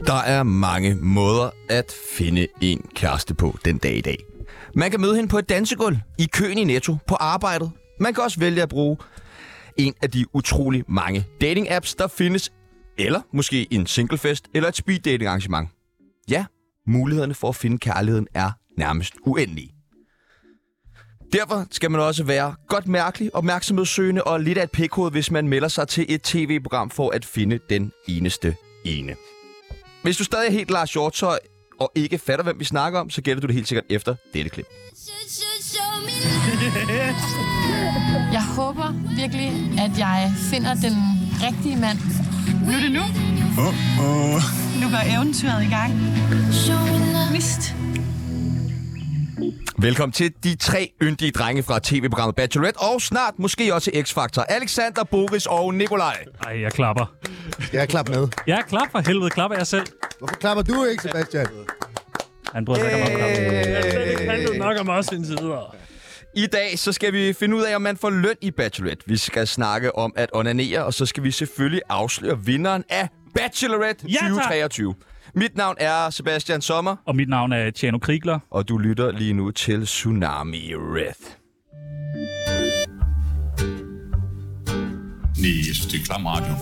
Der er mange måder at finde en kæreste på den dag i dag. Man kan møde hende på et dansegulv, i køen i Netto, på arbejdet. Man kan også vælge at bruge en af de utrolig mange dating-apps, der findes. Eller måske en singlefest eller et speed-dating-arrangement. Ja, mulighederne for at finde kærligheden er nærmest uendelige. Derfor skal man også være godt mærkelig, opmærksomhedssøgende og lidt af et pikhoved, hvis man melder sig til et tv-program for at finde den eneste ene. Hvis du stadig er helt Lars Hjortøj og ikke fatter, hvem vi snakker om, så gætter du det helt sikkert efter dette klip. Jeg håber virkelig, at jeg finder den rigtige mand. Nu er det nu. Nu går eventyret i gang. Mist. Velkommen til de 3 yndige drenge fra tv-programmet Bachelorette, og snart måske også X-Factor. Alexander, Boris og Nikolaj. Ej, jeg klapper. Jeg klap med. Jeg klapper for helvede. Klapper jeg selv? Hvorfor klapper du ikke, Sebastian? Han bryder sig ikke om klappen. Jeg handlede nok om os indtil videre. I dag så skal vi finde ud af, om man får løn i Bachelorette. Vi skal snakke om at onanere, og så skal vi selvfølgelig afsløre vinderen af Bachelorette 2023. Mit navn er Sebastian Sommer. Og mit navn er Tjano Krigler. Og du lytter lige nu til Tsunami Red. Nej, jeg synes, det er klam radio.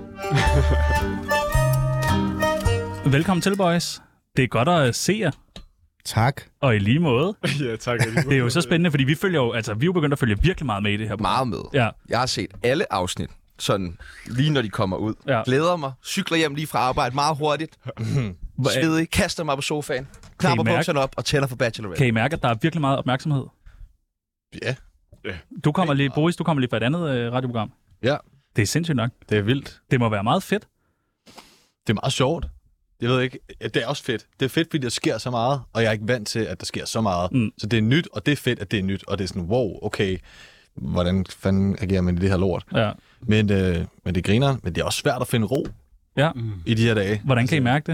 Velkommen til, boys. Det er godt at se jer. Tak. Og i lige måde. Ja, tak. Det er jo så spændende, fordi vi er jo begyndt at følge virkelig meget med i det her. Meget med. Ja. Jeg har set alle afsnit, sådan lige når de kommer ud. Ja. Glæder mig, cykler hjem lige fra arbejde meget hurtigt. Svedig, kaster mig på sofaen, knapper bukserne op og tænder for Bachelorette. Kan I mærke, at der er virkelig meget opmærksomhed? Ja. Du kommer lige, Boris, fra et andet radioprogram. Ja. Det er sindssygt nok. Det er vildt. Det må være meget fedt. Det er meget sjovt. Jeg ved ikke, det er også fedt. Det er fedt, fordi der sker så meget, og jeg er ikke vant til, at der sker så meget. Så det er nyt, og det er fedt, at det er nyt, og det er sådan, wow, okay, hvordan fanden agerer man i det her lort? Ja. Men det griner, men det er også svært at finde ro i de her dage. Hvordan kan I mærke det?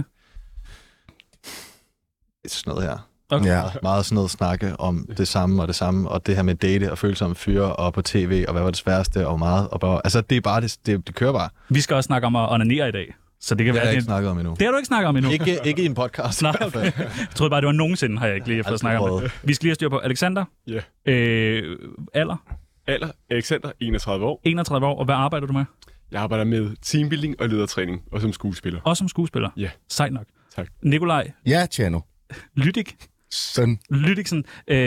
Det er sådan noget her. Okay. Ja. Meget sådan noget snakke om det samme, og det her med date og følsomme fyre og på tv, og hvad var det sværeste, og meget. Og bare, altså, det er bare, det kører bare. Vi skal også snakke om at onanere i dag. Så det kan Det har være, jeg ikke snakket om endnu. Det har du ikke snakket om endnu? Ikke i en podcast. Nej, okay. Jeg troede bare, det var nogensinde, har jeg ikke lige efter at snakke om det. Vi skal lige have styr på Alexander. Ja. Alder? Alexander, 31 år. 31 år, og hvad arbejder du med? Jeg arbejder med teambuilding og ledertræning, og som skuespiller. Også som skuespiller? Ja. Sejt nok. Tak. Nikolaj? Ja, Tjano. Lydik? Sådan. Lydiksen.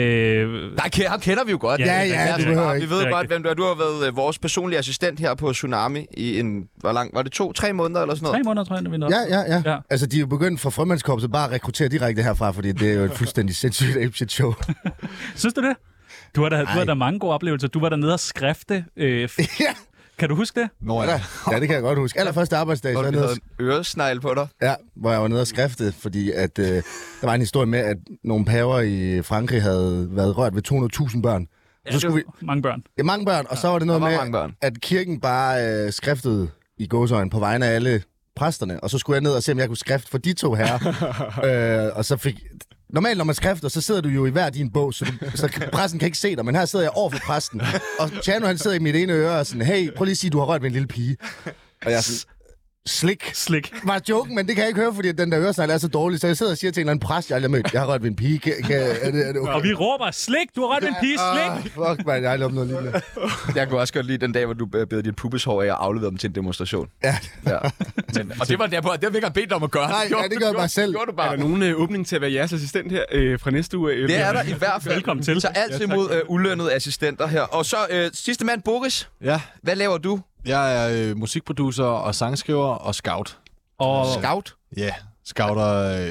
Ham kender vi jo godt. Ja, du behøver ikke. Vi ved godt, hvem du er. Du har været vores personlige assistent her på Tsunami i en... Var det 2-3 måneder eller sådan noget? 3 måneder, tror jeg, vi nåede. Ja. Altså, de er jo begyndt fra frømandskorpset bare at rekruttere direkte herfra, fordi det er jo et fuldstændig sindssygt apeshit show. Synes du det? Du har da mange gode oplevelser. Du var dernede og skrifte. Ja. Kan du huske det? Nå, Ja, det kan jeg godt huske. Allerførste arbejdsdag, så Hvor er du jeg havde nede, en øresnegl på dig. ja, hvor jeg var nede og skriftede, fordi at, der var en historie med, at nogle paver i Frankrig havde været rørt ved 200.000 børn. Og så skulle vi... Mange børn. Ja, mange børn, og så var det noget mange med, børn. at kirken bare skriftede i gåseøjne på vegne af alle præsterne, og så skulle jeg ned og se, om jeg kunne skrifte for de 2 herrer. Og så fik... Normalt, når man skrifter, så sidder du jo i hver din bog, så pressen kan ikke se dig, men her sidder jeg over for præsten. Og Tjano, han sidder i mit ene øre og sådan, hey, prøv lige at sige, du har rørt ved en lille pige. Og jeg er sådan, slik. Var joken, men det kan jeg ikke høre, fordi den der øresnegl er så dårlig, så jeg sidder og siger til en eller anden præst, jeg aldrig har mødt, jeg har rørt ved en pige. Er det okay? Og vi råber, slik, du har rørt ved en pige, slik! Fuck, man, jeg har aldrig opnået lignende. Jeg kunne også godt lide den dag, hvor du bed dit pubeshår af og afleverede dem til en demonstration. Ja. Men, og det var der på, det har vi ikke bedt dig om at gøre. Nej, det gør jeg bare selv. Gjorde du bare. Er der nogen åbning til at være jeres assistent her fra næste uge? Det er der i hvert fald. Velkommen til. Så altid imod ulønnede assistenter her. Og så sidste mand, Boris. Ja, Hvad laver du? jeg er musikproducer og sangskriver og scout. Og Scout? Ja, scouter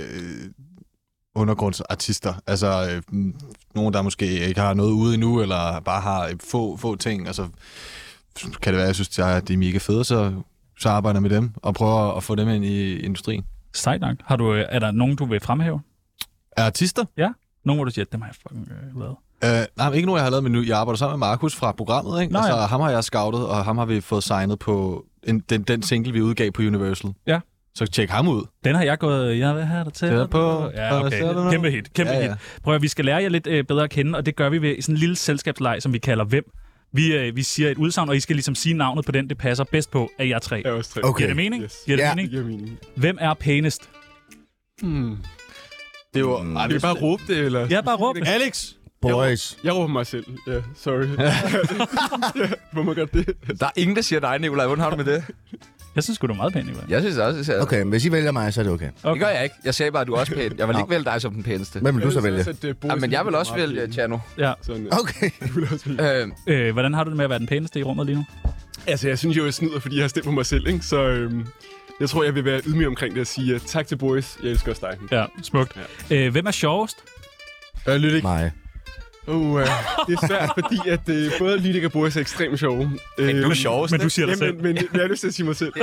undergrundsartister. Altså nogen, der måske ikke har noget ude endnu, eller bare har få ting. Altså, kan det være, jeg synes, at de er mega fede, så arbejder jeg med dem og prøver at få dem ind i industrien. sejt nok. Er der nogen, du vil fremhæve? Artister? Ja. Nogen, hvor du siger, dem har jeg fucking lavet. Nej, ikke nogen, jeg har lavet, men nu, jeg arbejder sammen med Markus fra programmet, ikke? Nå, ja. Altså, ham har jeg scoutet, og ham har vi fået signet på den single, vi udgav på Universal. Ja. Så tjek ham ud. Den har jeg gået, jeg vil have dig til. Det er på. Ja, okay. Kæmpe hit. Hit. Prøv at vi skal lære jer lidt bedre at kende, og det gør vi ved sådan en lille selskabsleg, som vi kalder Hvem. Vi siger et udsagn, og I skal ligesom sige navnet på den, det passer bedst på af jer 3. Jeg er også 3. Okay. Giver det mening? Yes. Giver det Ja. mening? Det giver mening. Hvem er pænest? Det er jo... Skal vi bare råbe det, eller? Ja, bare råb det. Alex! Boys. Jeg råber mig selv. Ja, sorry. Hvor må godt det? Der er ingen, der siger dig, Nikolaj. Hvordan har du med det? Jeg synes sgu, du er meget pæn, Nikolaj. Jeg synes også, at... Okay, men hvis I vælger mig, så er det okay. Det gør jeg ikke. Jeg sagde bare, at du er også pæn. Jeg vil ikke vælge dig som den pæneste. Hvem vil du så vælge? Ja, men jeg vil også vælge Tjerno. Ja. Okay. Hvordan har du det med at være den pæneste i rummet lige nu? Altså, jeg synes jo, jeg snyder, fordi jeg har stemt på mig selv, ikke? Så jeg tror, jeg vil være ydmyg omkring det og sige tak til Boris. Jeg elsker også dig. Ja, smukt. Ja. Hvem er sjovest? Lydik. Mig. Det er svært, fordi at både Lydik og Boris er ekstremt sjove. Men du er sjovest, men du siger dig selv. Men jeg har lyst til at sige mig selv.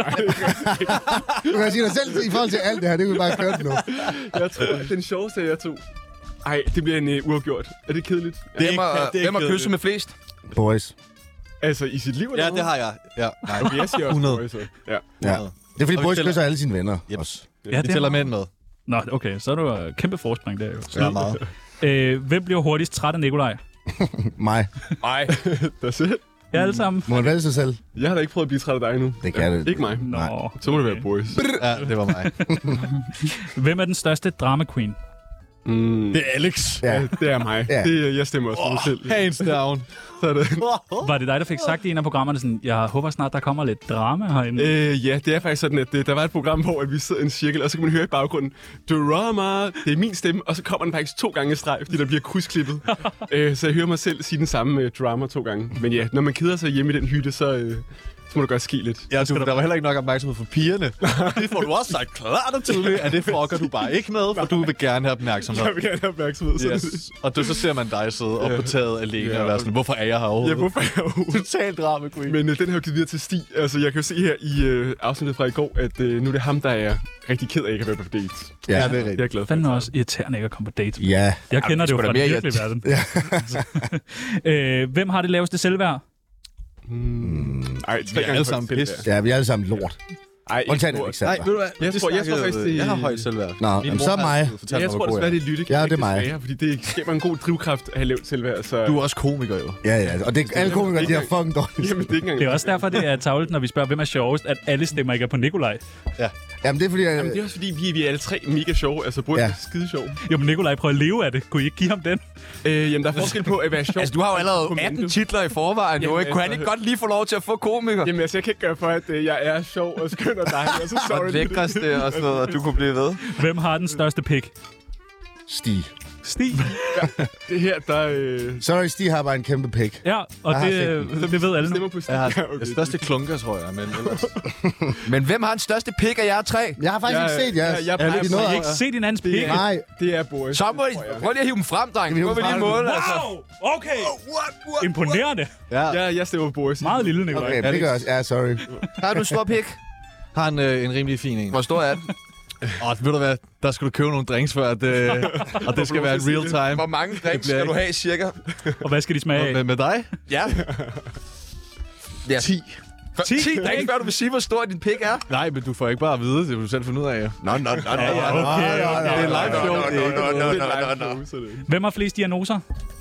Du kan sige dig selv i forhold til alt det her. Det kan vi bare køre nu. Jeg tror, den sjoveste af jer to. Ej, det bliver en uafgjort. Er det kedeligt? Hvem har kysset med flest? Boys. Altså, i sit liv? Eller Ja, det har jeg. Ja. Nej. Okay, jeg siger også 100. Boris. Ja. Ja. Det er fordi, Og Boris vi tæller- kysser alle sine venner. Yep. Også. Ja, Vi tæller mænd med. Nå, okay, så er du kæmpe forspring der jo. Ja, meget. Hvem bliver hurtigst træt af Nikolaj? Mig. Nej. Der selv. Ja, alle sammen. Må man vælge sig selv? Jeg har da ikke prøvet at blive træt af dig endnu. Det kan det. Ikke mig. Nå. Så må det være Boris. Ja, det var mig. Hvem er den største drama queen? Det er Alex. Ja. Det er mig. Ja. Jeg stemmer også på mig selv. Hands down. Sådan. Var det dig, der fik sagt i en af programmerne sådan, jeg håber snart, der kommer lidt drama herinde? Ja, det er faktisk sådan, at der var et program, hvor at vi sidder i en cirkel, og så kan man høre i baggrunden, drama, det er min stemme, og så kommer den faktisk 2 gange i streg, fordi der bliver krydsklippet. Så jeg hører mig selv sige den samme drama 2 gange. Men ja, når man keder sig hjemme i den hytte, så må der godt ske lidt. Ja, der var heller ikke nok opmærksomhed for pigerne. Det får du også sagt klart og tydeligt, at det fucker du bare ikke med, for du vil gerne have opmærksomhed. Jeg vil gerne have opmærksomhed. Yes. Og så ser man dig sidde op på taget alene og være sådan, hvorfor er jeg her overhovedet? Ja, hvorfor er jeg overhovedet? Total drama queen. Men den har jo givet videre til Stig. Altså, jeg kan jo se her i afsnittet fra i går, at nu er det ham, der er rigtig ked af ikke at være på date. Ja, det er Jeg er rigtigt. glad for Fandme også irriterende ikke at komme på date. Ja. Jeg kender det jo sgu da fra den mere virkelige verden. Hvem har det laveste selvværd? Ej, 3 gange alle sammen højt pis. selvværd. Ja, vi er alle sammen lort. Ej, Undtagen jeg tror- Alexander. Nej, ved du hvad? Jeg tror faktisk, det- jeg har højt selvværd. Nå, Min jamen, mor så er har mig. altid fortalt Jeg mig, tror hvor god desværre, det er Lydik. Ja, det er mig. Fordi det skaber en god drivkraft at have lavt selvværd. Så... Du er også komiker, jo. Ja. Og det, alle komikere, de har fucking dårligt. Jamen, det er ikke engang... Det er også derfor, det er tavlet, når vi spørger, hvem er sjovest, at alle stemmer ikke er på Nikolaj. Jamen, det er fordi... Jamen, det er også fordi, vi er alle 3 mega sjove. Altså, Boris Ja. er skide sjov. Jo, men Nikolaj prøver at leve af det. Kunne I ikke give ham den? Jamen, der er forskel på at være sjov. Altså, du har jo allerede Kommando. 18 titler i forvejen, jo, Jamen, ikke? Kunne han altså- ikke godt lige få lov til at få komiker? Jamen, altså, jeg kan ikke gøre for, at jeg er sjov og skøn og dejlig. Og så sorry. Og lækreste og sådan noget, og du kunne blive ved. Hvem har den største pik? Stig. Stig. Det her, der Sorry, Stig har bare en kæmpe pik. Ja, og Jeg har det ved alle nu. stemmer på Stig. Jeg har Okay. det største klunker, tror jeg, men ellers... Men hvem har den største pik af jer 3? Jeg har faktisk ikke set jeres. jeg Er plejer det på- noget? Jeg har ikke set din andens Det pik. er- Nej. Det er Boris. Så må I, prøv lige at hive dem frem, dreng. Skal vi Nu hive vil dem lige frem? måle, altså. Wow, okay. Imponerende. Ja. Jeg stemmer på Boris. Meget lille, Nikolaj. Okay, det gør også. Ja, sorry. Har du en stor pik? Har en rimelig fin en. Hvor stor er den? Ved du hvad? Der skal du købe nogle drinks før, og det skal være en real time. Hvor mange drinks bliver skal du have, cirka? Og hvad skal de smage af? Med dig? Ja. Ja. 10. 10 drinks, før du vil sige, hvor stor din pik er? Nej, men du får ikke bare at vide, det vil du selv finde ud af. Nå. Okay, Det er live show, det er ikke Hvem har flest diagnoser?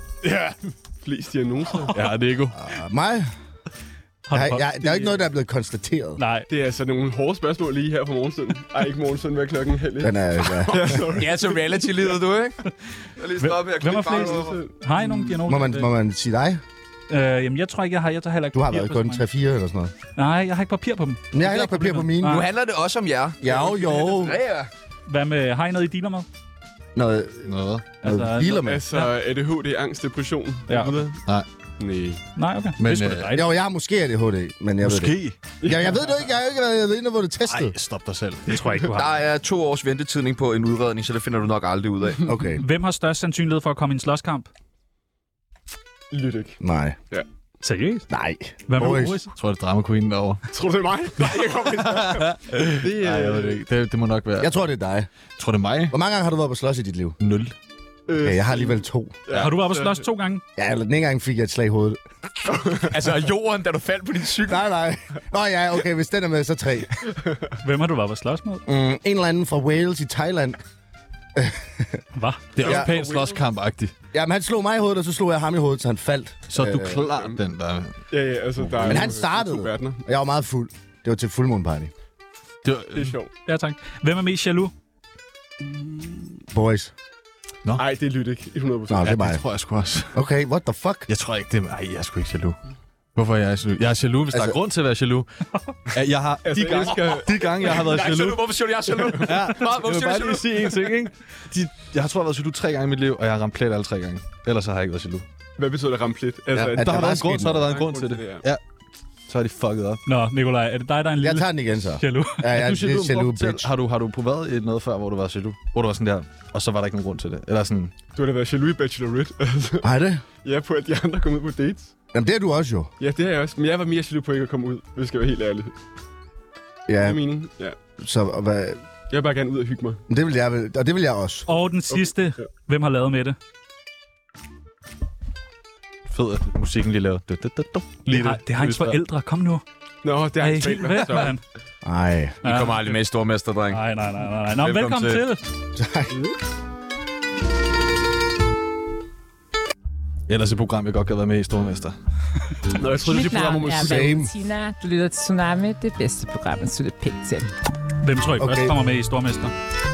Flest diagnoser. Ja, Nico. Mig? Har du Der er jo ikke noget, der er blevet konstateret. Nej. Det er altså nogle hårde spørgsmål lige her på morgenstunden. Ej, ikke morgenstunden, hvad klokken halv? Den er... Ja. Ja, så reality-livet, du, ikke? Jeg lige stoppe her. Hvem har flest? Har I nogle diagnoser? Må man sige dig? Jamen, jeg tror ikke, jeg har. Jeg tager heller ikke Du har papir været på kun så mange. 3-4 eller sådan noget. Nej, jeg har ikke papir på dem. Men jeg har heller ikke papir på mine. Nej. Nu handler det også om jer. Jo. Ja. Hvad med, har I noget, I dealer med? Noget healer med. Altså, ADHD, angst, depression. Ja. Nej. Nej, okay. Men, det er sgu da dejligt. Jo, jeg har måske ADHD, men jeg ved det ikke. Måske. Jeg ved det ikke. Jeg har ikke været inde og få det testet. Ej, stop dig selv. Det tror jeg ikke, du Der har. er 2 års ventetidning på en udredning, så det finder du nok aldrig ud af. Okay. Hvem har størst sandsynlighed for at komme i en slåskamp? Lydik. Nej. Seriøst? Nej. Hvad med Boris. Boris? Jeg tror, det er drama queen derovre. Tror du, det er mig? Nej, jeg kommer ikke. Nej, jeg ved det ikke. Det må nok være. Jeg tror, det er dig. Jeg tror, det er mig. Hvor mange gange har du været på slås i dit liv? 0. Ja, jeg har alligevel 2. Har du været på slås 2 gange? Ja, eller den ene gang fik jeg et slag i hovedet. Altså, jorden, da du faldt på din cykel. Nej. Nå ja, okay, hvis den er med, så 3. Hvem har du været på slås med? En eller anden fra Wales i Thailand. Hvad? Det er også Ja. pænt slåskamp-agtigt. Jamen, han slog mig i hovedet, og så slog jeg ham i hovedet, så han faldt. Så er du klar, den der... Ja, altså, der er Men jo, han startede. to verdener. Og jeg var meget fuld. Det var til fuldmåne party. Det var, Det er sjovt. Ja, tak. Hvem er mest jaloux? Boys. Nej, det lytter ikke 100%. Nå, det er mig. Det tror jeg sgu også. Okay, what the fuck? Jeg tror ikke, det er... Ej, jeg er sgu ikke jaloux. Hvorfor er jeg jaloux? Jeg er jaloux, hvis der er grund til at være jaloux. Jeg har de gange, jeg har været jaloux... Hvorfor siger du, jeg er jaloux? Ja, jeg vil bare lige sige en ting, ikke? Jeg har været jaloux 3 gange i mit liv, og jeg har ramt plet alle 3 gange. Ellers har jeg ikke været jaloux. Hvad betyder det ramt plet? Altså, Der har været en grund, så har der været en grund til det. Ja. Så er de fucket op. Nå, Nikolaj, er det dig, der er en lille... Jeg tager den igen, så. Jaloux. Ja, jeg er jaloux, bitch. Har du prøvet i noget før, hvor du var jaloux? Hvor du var sådan der, og så var der ikke nogen grund til det? Eller sådan... Du har da været jaloux i Bachelorette. Har det? Ja, på at de andre kom ud på dates. Jamen, det er du også jo. Ja, det er jeg også. Men jeg var mere jaloux på ikke at komme ud, hvis jeg skal være helt ærlig. Ja. Det er meningen. Ja. Så hvad... Jeg vil bare gerne ud og hygge mig. Det vil jeg, og det vil jeg også. Og den sidste. Okay. Hvem har lavet med det? Fed, at musikken lige laver. Det har hans forældre. Kom nu. Nå, det er helt væk, mand. Nej. I kommer aldrig med i Stormester, dreng. Nej. Nå, velkommen til. Tak. Ellers et program, jeg godt kan være med i Stormester. Nå, jeg troede, det Mit program navn om er Valentina. Du lytter til Tsunami, det bedste program, at slutte pænt til. Hvem tror I først kommer med i Stormester?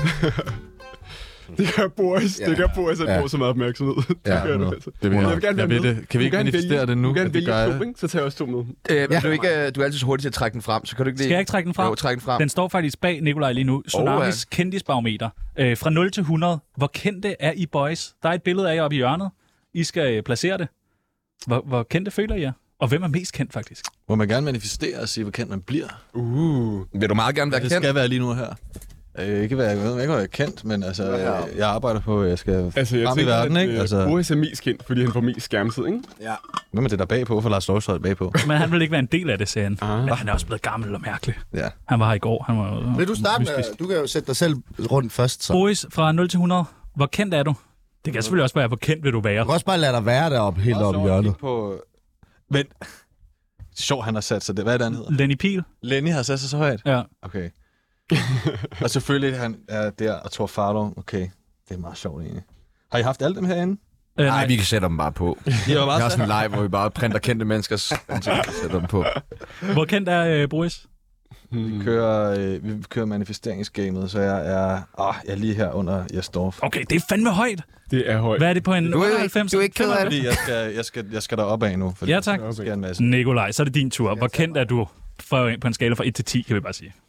Det gør Boris. Ja. Det gør Boris, at får så meget opmærksomhed. Ja, det gør det, altså. Det vil jeg. Jeg vil gerne være med. Kan vi ikke manifestere det nu? Du kan gerne vælge 2, ikke? Så tager jeg også 2 med. Du er altid så hurtig til at trække den frem, så kan du ikke lige... Skal jeg ikke trække den frem? Jo, trække den frem. Den står faktisk bag Nikolaj lige nu. Tsunamis kendisbarometer. Fra 0 til 100. Hvor kendte er I boys? Der er et billede af jer oppe i hjørnet. I skal placere det. Hvor kendte føler I jer? Og hvem er mest kendt, faktisk? Må man gerne manifestere og sige, hvor kendt man bliver? Vil du meget gerne være kendt? Det skal være lige nu her. Ikke være kendt, men altså, jeg arbejder på, jeg skal frem i verden, ikke? Altså... Boris er mest kendt, fordi han får mest skærmtid, ikke? Ja. Hvem er det der bagpå? For Lars Løjsøj bagpå. Men han vil ikke være en del af det, sagde han. Men han er også blevet gammel og mærkelig. Ja. Han var her i går. Han var Vil du starte med, du kan jo sætte dig selv rundt først, så. Boris, fra 0 til 100. Hvor kendt er du? Det kan selvfølgelig også være, hvor kendt vil du være. Du kan også bare lade dig være deroppe, helt oppe i hjørnet. Men, sjov, han har sat sig det. Hvad er det, han hedder? Lenny Pihl. Lenny har sat sig så højt? Ja. Okay. Og selvfølgelig, han er der, og Thor Farlow. Okay, det er meget sjovt egentlig. Har I haft alle dem herinde? Nej, vi kan sætte dem bare på. Vi har sådan en live, hvor vi bare printer kendte menneskers ansigter og sætter dem på. Hvor kendt er Boris? Vi kører manifesteringsgamet, så jeg er lige her under Jesdorf. Okay, det er fandme højt. Det er højt. Hvad er det på en 98? Du er ikke ked af det? Fordi jeg skal derop af nu. Ja, tak. En masse. Nikolaj, så er det din tur. Hvor kendt er du på en skala fra 1 til 10, kan vi bare sige?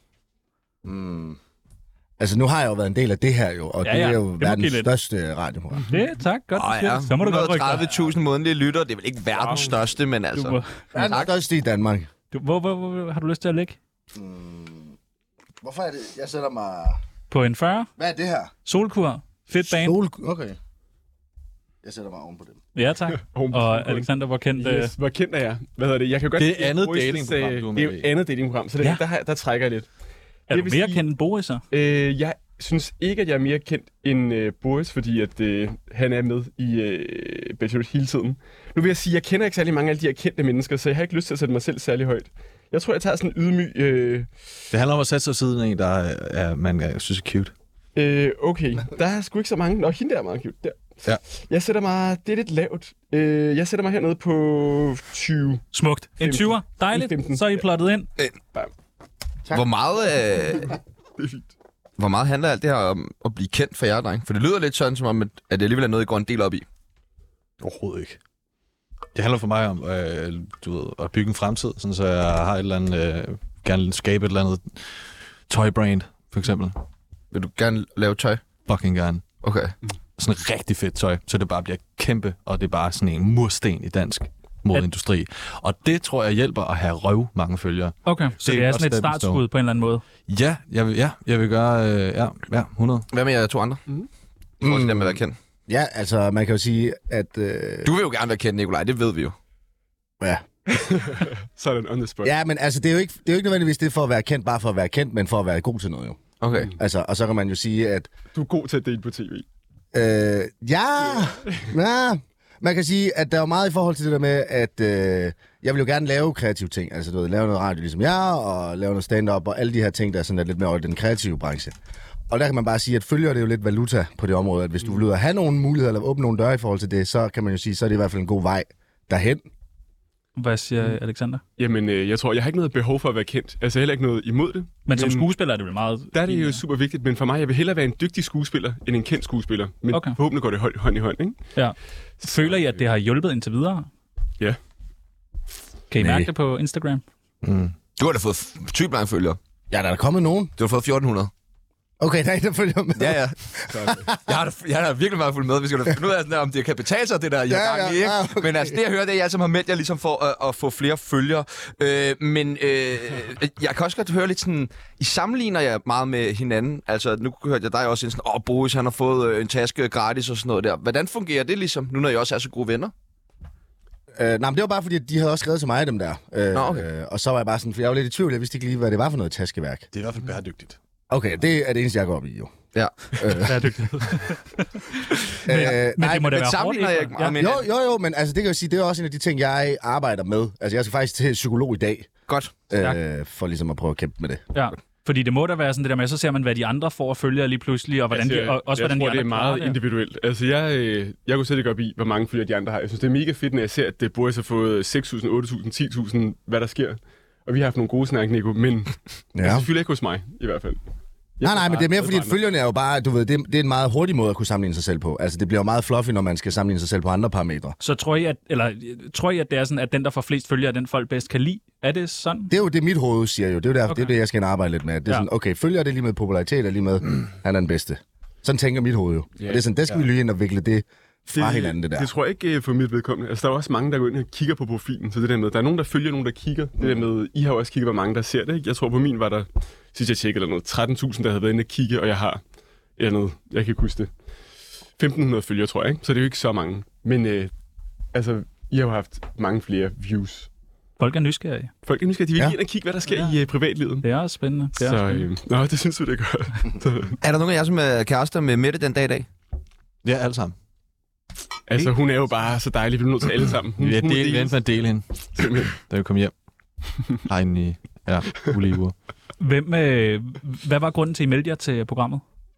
Altså, nu har jeg jo været en del af det her jo, og det er jo verdens største radioprogram. Det er tak. Godt. Så må du godt rykke dig. 130.000 månedlige lytter. Det er vel ikke verdens største, men altså... Verdens største i Danmark. Hvor har du lyst til at ligge? Hvorfor er det? Jeg sætter mig... På en 40? Hvad er det her? Solkur. Fedt bane. Okay. Jeg sætter mig oven på dem. Ja, tak. Og Alexander, hvor kendt... Yes, hvor kendt er jeg? Hvad hedder det? Jeg kan godt det er andet datingprogram, du er med i. Det er andet datingprogram, så det, der trækker jeg lidt. Er du mere kendt end Boris, så? Jeg synes ikke, at jeg er mere kendt end Boris, fordi at han er med i Bachelor hele tiden. Nu vil jeg sige, at jeg kender ikke særlig mange af de her kendte mennesker, så jeg har ikke lyst til at sætte mig selv særlig højt. Jeg tror, jeg tager sådan en ydmyg... Det handler om at sætte sig siden af en, der man synes er cute. Okay, der er sgu ikke så mange. Nå, hende der er meget cute. Der. Ja. Jeg sætter mig... Det er lidt lavt. Jeg sætter mig hernede på 20. Smukt. En 20'er. Dejligt. 15. Så er I plottet ind. Hvor meget handler alt det her om at blive kendt for jer, dreng? For det lyder lidt sådan, som om, at det alligevel er noget, I går en del op i. Overhovedet ikke. Det handler for mig om at bygge en fremtid, sådan så jeg har et eller andet, gerne skabe et eller andet tøjbrand, for eksempel. Vil du gerne lave tøj? Fucking gerne. Okay. Sådan rigtig fedt tøj, så det bare bliver kæmpe, og det er bare sådan en mursten i dansk modeindustri. Og det tror jeg hjælper at have mange følgere. Okay, så det er sådan et startskud på en eller anden måde? Ja, jeg vil gøre 100. Hvad med jer 2 andre? Hvor skal det med at være kendt? Ja, altså, man kan jo sige, at... Du vil jo gerne være kendt, Nikolaj, det ved vi jo. Ja. Sådan on the spot. Ja, men altså, det er jo ikke nødvendigvis det for at være kendt, bare for at være kendt, men for at være god til noget, jo. Okay. Altså, og så kan man jo sige, at... Du er god til at date på tv. Man kan sige, at der er meget i forhold til det der med, at jeg vil jo gerne lave kreative ting. Altså, du ved, lave noget radio ligesom jeg, og lave noget stand-up, og alle de her ting, der er sådan lidt mere over den kreative branche. Og der kan man bare sige, at følger det jo lidt valuta på det område, at hvis du vil ud og have nogle muligheder, eller åbne nogle døre i forhold til det, så kan man jo sige, så er det i hvert fald en god vej derhen. Hvad siger Alexander? Jamen, jeg tror, jeg har ikke noget behov for at være kendt. Altså, heller ikke noget imod det. Men som skuespiller er det vel meget... Der er det jo super vigtigt, men for mig, jeg vil hellere være en dygtig skuespiller, end en kendt skuespiller. Men forhåbentlig går det hånd i hånd, ikke? Ja. Føler I, at det har hjulpet indtil videre? Ja. Kan I mærke det på Instagram? Du har da fået typ mange følgere. Ja, der er kommet nogen. Du har fået 1400. Okay, der følger med. Ja. Jeg har da virkelig meget fuldt med. Vi skal da finde ud af, sådan, om det kan betale sig, det der, jeg gang i, ikke? Okay. Men altså, det jeg hører, det er, at jeg har meldt jer ligesom for at få flere følgere. Men jeg kan også godt høre lidt sådan, I sammenligner jer meget med hinanden. Altså, nu hørte jeg dig også sådan, Boris, han har fået en taske gratis og sådan noget der. Hvordan fungerer det ligesom, nu når I også er så gode venner? Nej, men det var bare fordi, at de havde også skrevet til mig, dem der. Okay. Og så var jeg bare sådan, for jeg var lidt i tvivl, jeg vidste ikke lige, hvad det var for noget taskeværk. Det er i hvert fald bæredygtigt. Okay, det er det eneste, jeg går op i, jo. Ja. Bæredygtighed. Men det må da være hårdt, ikke? Jo, men altså, det kan jeg sige, det er også en af de ting, jeg arbejder med. Altså, jeg skal faktisk til psykolog i dag. Godt. For ligesom at prøve at kæmpe med det. Ja. Fordi det må da være sådan det der med, så ser man, hvad de andre får at følge lige pludselig, og hvordan altså, de, og også jeg hvordan tror, de andre det er meget individuelt. Altså, jeg kunne slet ikke op i, hvor mange følger de andre har. Jeg synes, det er mega fedt, når jeg ser, at det Boris har fået 6.000, 8.000, 10.000, hvad der sker. Og vi har haft nogle gode snak, Nico, men altså, selvfølgelig ikke hos mig, i hvert fald. Nej, men det er mere fordi, at følgerne er jo bare, du ved, det er en meget hurtig måde at kunne sammenligne sig selv på. Altså, det bliver jo meget fluffy, når man skal sammenligne sig selv på andre parametre. Så tror I, at det er sådan, at den, der får flest følgere, er den folk bedst kan lide? Er det sådan? Det er jo det, mit hoved siger jo. Det er jo derfor, det er det, jeg skal arbejde lidt med. Det er sådan, okay, følger det lige med popularitet, og lige med, han er den bedste. Sådan tænker mit hoved jo. Ja. Og det er sådan, der skal vi lige ind og vikle det fra hinanden, det der. Det tror jeg ikke for mit vedkommende. Altså, der er også mange, der går ind og kigger på profilen. Så det der med, der er nogen, der følger, nogen, der kigger. Det der med, I har også kigget, hvor mange, der ser det, ikke? Jeg tror, på min var der, sidst jeg tjekkede eller noget, 13.000, der havde været inde og kigge, og jeg har eller noget, jeg kan ikke huske det. 1.500 følgere, tror jeg, ikke? Så det er jo ikke så mange. Men altså, I har jo haft mange flere views. Folk er nysgerrige. De vil ind og kigge, hvad der sker i privatlivet. Det er også spændende. Det synes du, det er godt. Er der nogen af jer, som er kærester med Mette den dag i dag? Ja, alle sammen. Altså, hun er jo bare så dejlig. Vi er nødt til alle sammen. Vi endte med at dele hende, da vi kom hjem. Herinde i ulige uger. Hvad var grunden til, at I meldte jer til programmet?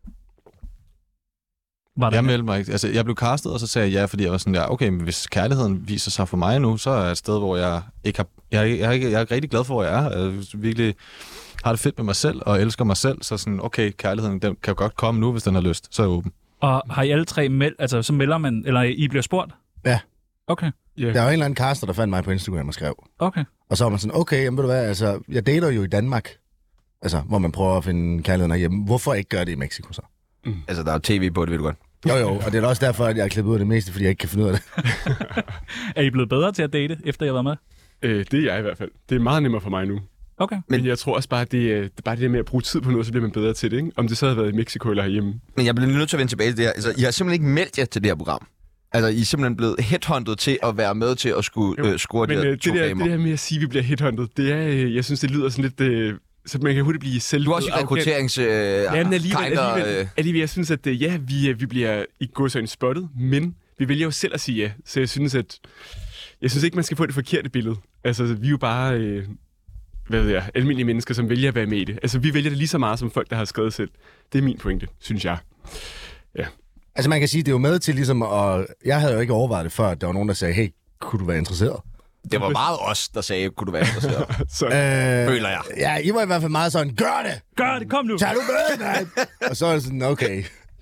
Jeg meldte mig ikke. Altså, jeg blev castet, og så sagde jeg ja, fordi jeg var sådan, okay, men hvis kærligheden viser sig for mig nu, så er et sted, hvor jeg ikke har... Jeg er rigtig glad for, hvor jeg er. Jeg virkelig har det fedt med mig selv, og elsker mig selv, så sådan, okay, kærligheden den kan godt komme nu, hvis den har lyst. Så er jeg åben. Og har I alle tre meldt, altså så melder man, eller I bliver spurgt? Ja. Okay. Yeah. Der var en eller anden caster, der fandt mig på Instagram og skrev. Okay. Og så var man sådan, okay, jamen ved du hvad, altså, jeg dater jo i Danmark. Altså, hvor man prøver at finde kærligheden herhjemme. Hvorfor ikke gøre det i Mexico så? Altså, der er tv på det, ved du godt. Jo, og det er også derfor, at jeg har klippet ud af det meste, fordi jeg ikke kan finde ud af det. Er I blevet bedre til at date, efter jeg har været med? Det er jeg i hvert fald. Det er meget nemmere for mig nu. Okay. Men jeg tror også bare, det er bare det der med at bruge tid på noget, så bliver man bedre til det, ikke? Om det så havde været i Mexico eller herhjemme. Men jeg bliver nødt til at vende tilbage til det her. Altså, I har simpelthen ikke meldt jer til det her program. Altså, I er simpelthen blevet headhunted til at være med til at skulle score de her 2 damer. Det der med at sige, at vi bliver headhunted, det er, jeg synes, det lyder sådan lidt... så man kan hurtigt blive selv. Du er også i rekrutterings... alligevel, jeg synes, at vi bliver i godsøjne spottet, men vi vælger jo selv at sige ja. Så jeg synes ikke, man skal få det forkerte billede. Altså, vi er jo bare... almindelige mennesker, som vælger at være med i det. Altså, vi vælger det lige så meget som folk, der har skrevet selv. Det er min pointe, synes jeg. Ja. Altså, man kan sige, det er jo med til ligesom at... Jeg havde jo ikke overvejet det før, at der var nogen, der sagde, hey, kunne du være interesseret? Det var meget os, der sagde, kunne du være interesseret? Føler jeg. Ja, I var i hvert fald meget sådan, gør det, kom nu! Tag du med, mand! Og så er det sådan, okay.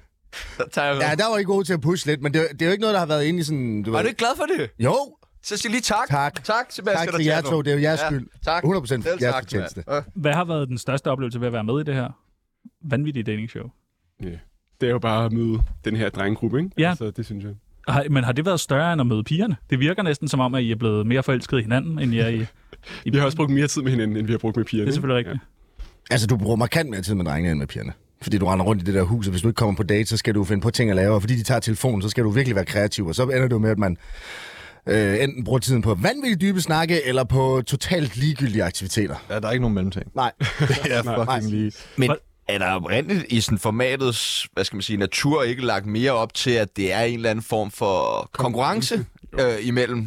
Ja, der var I gode til at pushe lidt, men det er jo ikke noget, der har været inde i sådan... Var du ikke glad for det? Jo! Så sig lige tak. Tak, Sebastian. Tak til jer to, det er jo jeres skyld. Tak. 100% jeres fortjeneste. Hvad har været den største oplevelse ved at være med i det her vanvittige datingshow? Yeah. Det er jo bare at møde den her drengegruppe, ikke? Ja. Altså, det synes jeg. Men har det været større end at møde pigerne? Det virker næsten som om, at I er blevet mere forelskede i hinanden, end I er i vi har også brugt mere tid med hinanden, end vi har brugt med pigerne. Det er selvfølgelig rigtigt. Ja. Altså, du bruger markant mere tid med drengene end med pigerne. Fordi du render rundt i det der hus, og hvis du ikke kommer på date, så skal du finde på ting at lave. Og fordi de tager telefonen, så skal du virkelig være kreativ. Og så ender det jo med, at man enten bruger tiden på vanvittigt dybe snakke, eller på totalt ligegyldige aktiviteter. Ja, der er ikke nogen mellemting. Nej. Det er fucking lige. Men er der oprindeligt i sådan formatets, hvad skal man sige, natur ikke lagt mere op til, at det er en eller anden form for konkurrence imellem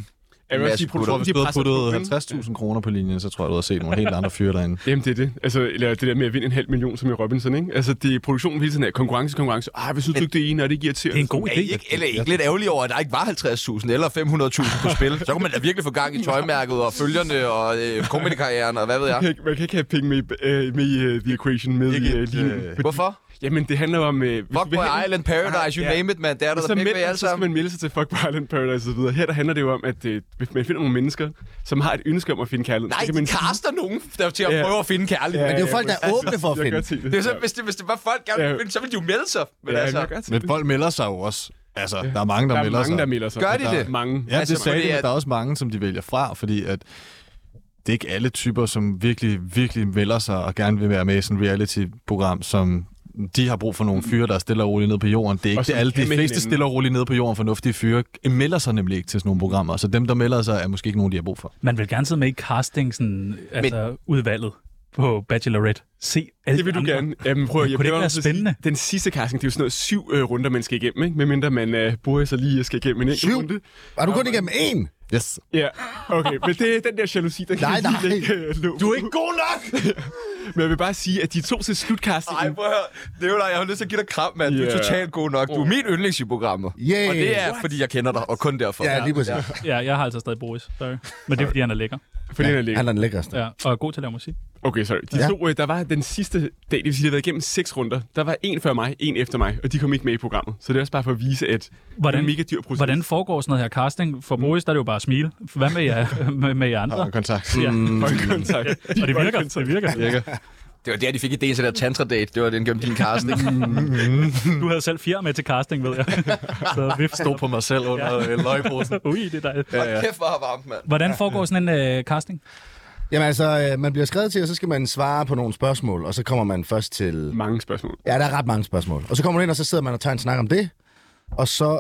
Jeg vil også sige, Hvis du havde puttet 50.000 kroner på linjen, så tror jeg, du havde set nogle helt andre fyre derinde. Jamen, det er det. Altså, eller det der med at vinde 500.000 som i Robinson, ikke? Altså, det er produktionen hele tiden af konkurrence. Hvad synes du ikke, det ene, og det giver til? Det er en god idé. Ikke lidt ærgerlig over, at der ikke var 50.000 eller 500.000 på spil. Så kunne man da virkelig få gang i tøjmærket og følgerne og comedy-karrieren og hvad ved jeg. Man kan ikke have penge med i The Equation med linjen. Hvorfor? Jamen, det handler om... Fuckboy Island, Paradise, you name it, man. Det er der penge ved alle sammen. Så skal man melde sig til Fuckboy Island, Paradise og så videre. Her der handler det jo om, at hvis man finder nogle mennesker, som har et ønske om at finde kærlighed... Nej, de kaster nogen der til at prøve at finde kærlighed. Men det er jo folk, der er åbne for at finde. Det er så, hvis det var folk gerne ville finde, så ville de jo melde sig. Men folk melder sig jo også. Altså, der er mange, der melder sig. Gør de det? Mange. Ja, det sagde de, der er også mange, som de vælger fra, fordi at det er ikke alle typer, som virkelig, virkelig melder sig og gerne vil være med i sådan et reality-program, som de har brug for nogle fyre, der er stille og roligt nede på jorden. Det er ikke det alle. De fleste stille og roligt nede på jorden fornuftige fyre melder sig nemlig ikke til sådan nogle programmer. Så dem, der melder sig, er måske ikke nogen, de har brug for. Man vil gerne sidde med i casting, sådan, altså udvalget på Bachelorette. Se alle det vil du andre. gerne. Jamen, prøv, kunne det ikke være spændende? Den sidste casting, det er jo sådan noget 7 runder, man skal igennem, ikke? Medmindre man bor så lige skal igennem en enkelt runde. Var du kun igennem én? Yes. Ja, okay. Men det er den der jalousi, der kan Du er ikke god nok! Men jeg vil bare sige, at de to til slutcastingen... Nej, prøv at høre. Det er jo jeg har lyst til at give dig kram, mand. Du er totalt god nok. Du er min yndlings i programmet. Yeah. Og det er, fordi jeg kender dig, og kun derfor. Ja, lige præcis. Ja, jeg har altså stadig Boris. Sorry. Men det er, fordi han er lækker. Fordi han er lækker. Han er den lækkerste. Ja, og er god til at lave musik. Okay, sorry. De to, der var den sidste dag, det vil sige, de har været igennem 6 runder. Der var en før mig, en efter mig, og de kom ikke med i programmet. Så det er også bare for at vise, at det er en mega dyr proces. Hvordan foregår sådan noget her casting? For Boris, der er det jo bare at smile. Hvad med jer andre? Og kontakt. Ja. Kontakt. Og det virker. Det var der, de fik idéen til der tantra-date. Det var den gennem din casting. Du havde selv 4 med til casting, ved jeg. Så vi stod på mig selv under løgposen. Ui, det er dejligt. Kæft, hvor varmt, mand. Hvordan foregår sådan en casting? Jamen altså, man bliver skrevet til, og så skal man svare på nogle spørgsmål, og så kommer man først til... Mange spørgsmål. Ja, der er ret mange spørgsmål. Og så kommer man ind, og så sidder man og tager en snak om det, og så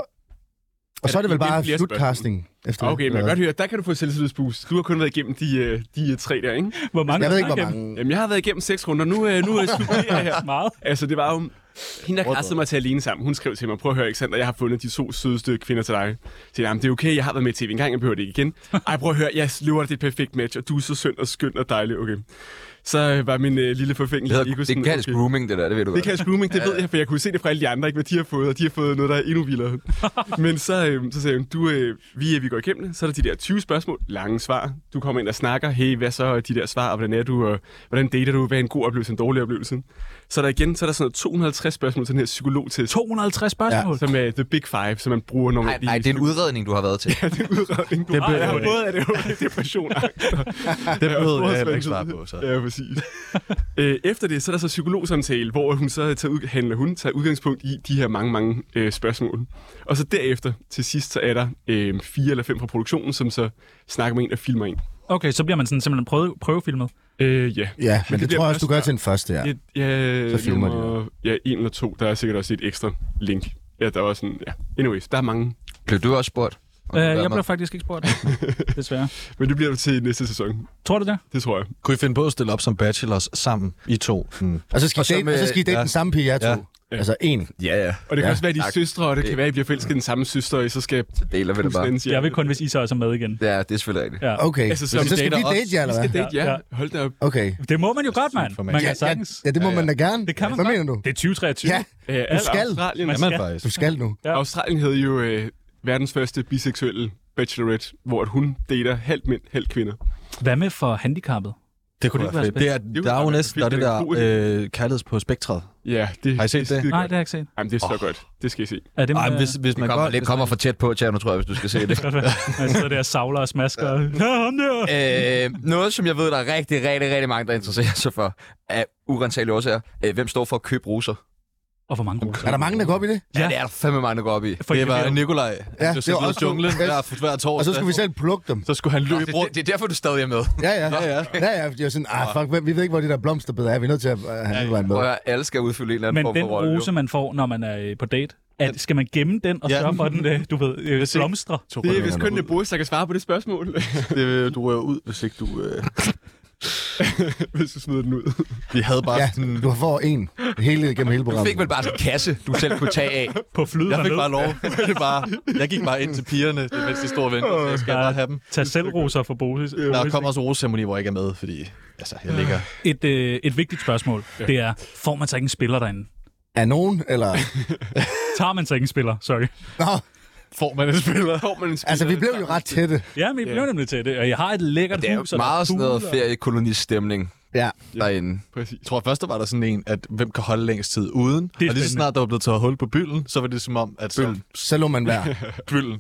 er det vel bare slutcasting. Okay, men jeg kan godt høre, der kan du få selvtillidsboost. Du har kun været igennem de 3 der, ikke? Hvor mange? Jeg ved ikke, hvor mange. Jamen, jeg har været igennem 6 runder. Nu er jeg slut her. Meget. Altså, det var jo... Hende, der kastede mig til alene sammen, hun skrev til mig, prøv at høre, Alexander, jeg har fundet de 2 sødeste kvinder til dig. Så jamen, det er okay, jeg har været med i TV en gang, jeg behøver det ikke igen. Ej, prøv at høre, jeg løber det et perfekt match, og du er så sød og skøn og dejlig, okay. Så var min lille forfængelige ego sådan... Det kaldes grooming, det der, det ved du godt. Det kaldes grooming, det ved jeg, for jeg kunne se det fra alle de andre, ikke hvad de har fået, og de har fået noget, der er endnu vildere. Men så sagde hun, vi går igennem det, så er der de der 20 spørgsmål, lange svar. Du kommer ind og snakker, hey, hvad så er de der svar, og hvordan er du, og hvordan dater du, hvad er en god oplevelse, en dårlig oplevelse. Så er der sådan noget 250 spørgsmål til den her psykologtest. 250 spørgsmål? Ja, som er the big 5, som man bruger, når man... Nej, det er en udredning, du har været til. Ja, det er en udredning. Jeg har både af det depression. Det blev jeg heller ikke svar på, så. Ja, præcis. Efter det, så er der så psykologsamtale, hvor hun så tager udgangspunkt i de her mange spørgsmål. Og så derefter, til sidst, så er der 4 eller 5 fra produktionen, som så snakker med en og filmer en. Okay, så bliver man sådan simpelthen prøvefilmet? Ja. Ja, men det tror jeg også, du gør til den første, ja. Ja, så filmer de ja, 1 eller 2. Der er sikkert også et ekstra link. Ja, der er også sådan, ja. Anyways, der er mange. Blev du også spurgt? Jeg blev faktisk ikke spurgt, desværre. Men det bliver du til næste sæson. Tror du det? Det tror jeg. Kunne I finde på at stille op som bachelors sammen, I 2? Og så skal I date den samme pige, jer 2. Ja. Altså 1. Ja. Og det kan også være de søstre, og det kan være, at I bliver forelsket den samme søster, og så skal... Så deler vi det bare. Jeg vil kun, hvis I så også er med igen. Ja, det er selvfølgelig rigtigt. Ja. Okay, altså, så skal vi date jer, eller hvad? Vi skal date jer. Hold da op. Okay. Det må man jo godt, mand. Man kan sagtens. Ja, det må man da gerne. Det kan man Hvad godt. mener du? Det er 2023. Ja, du skal. Australien, Du skal nu. Ja. Australien havde jo verdens første biseksuelle bachelorette, hvor hun dater halvt mænd, halvt kvinder. Hvad med for handicappet? Det kunne ikke være fedt. Der er jo næsten det der kærlighed på spektret. Ja, det har I set det? Nej, det har jeg ikke set. Jamen, det er så godt. Det skal I se. Ja, det hvis man godt... Det kommer for tæt på, Tjerno, tror jeg, hvis du skal se det. Jeg sidder der og savler og smasker. Noget, som jeg ved, der er rigtig mange, der interesserer sig for, af urensagelige årsager. Hvem står for at købe roser? Og hvor mange roser? Er der mange, der går op i det? Ja, det er der fandme mange, der går op i. Det var Nikolaj. Ja, det var også junglen hver torsdag. Og så skulle vi selv plukke dem. Så skulle han løbe rundt. Det er derfor, du stadig er med. Ja. Det er sådan, fuck, vi ved ikke, hvor de der blomsterbed er. Vi er nødt til at have Nikolaj med. Og alle skal udfylde en eller anden form for rolle. Men den rose, man får, når man er på date, skal man gemme den og sørge for, at den, du ved, blomstre? Det er vist kun det Boris, der kan svare på det spørgsmål. Du rører ud, hvis ikke du... Hvis du smider den ud. Vi havde bare sådan... du får en gennem hele Du programmet. fik vel bare sådan en kasse, du selv kunne tage af. På flyet Jeg fik herned. bare lov. Jeg gik bare ind til pigerne, mens de stod og ventede, så jeg skal bare have dem. Tag selv roser for Boris. Der kommer også roseceremoni, hvor jeg ikke er med, fordi jeg ligger... Et vigtigt spørgsmål, det er, får man så ikke en spiller derinde? Er nogen, eller... Tager man så ikke en spiller? Sorry. Nå, Får man en spiller? altså, vi blev jo ret tætte. Ja, men vi blev nemlig til det, og jeg har et lækkert Det er hus. jo og der meget sådan noget fugle, og- feriekolonist-stemning Ja. derinde. Præcis. Jeg tror først, der var der sådan en, at hvem kan holde længst tid uden. Og lige så spændende. snart der var blevet taget hul på bylden, så var det som om, at så... Så lå man være. Bylden.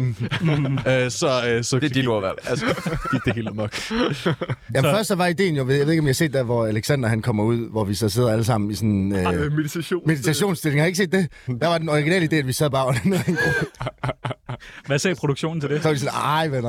Så Det er dit ord, vel? Altså, gik det hele amok. Jamen, først så var ideen jo, jeg ved ikke, om jeg har set der, hvor Alexander han kommer ud, hvor vi så sidder alle sammen i sådan meditationsstilling. Har I ikke set det? Der var den originale idé, at vi sad bare under en gruppe. Hvad sagde produktionen til det? Så var vi sådan, ej venner.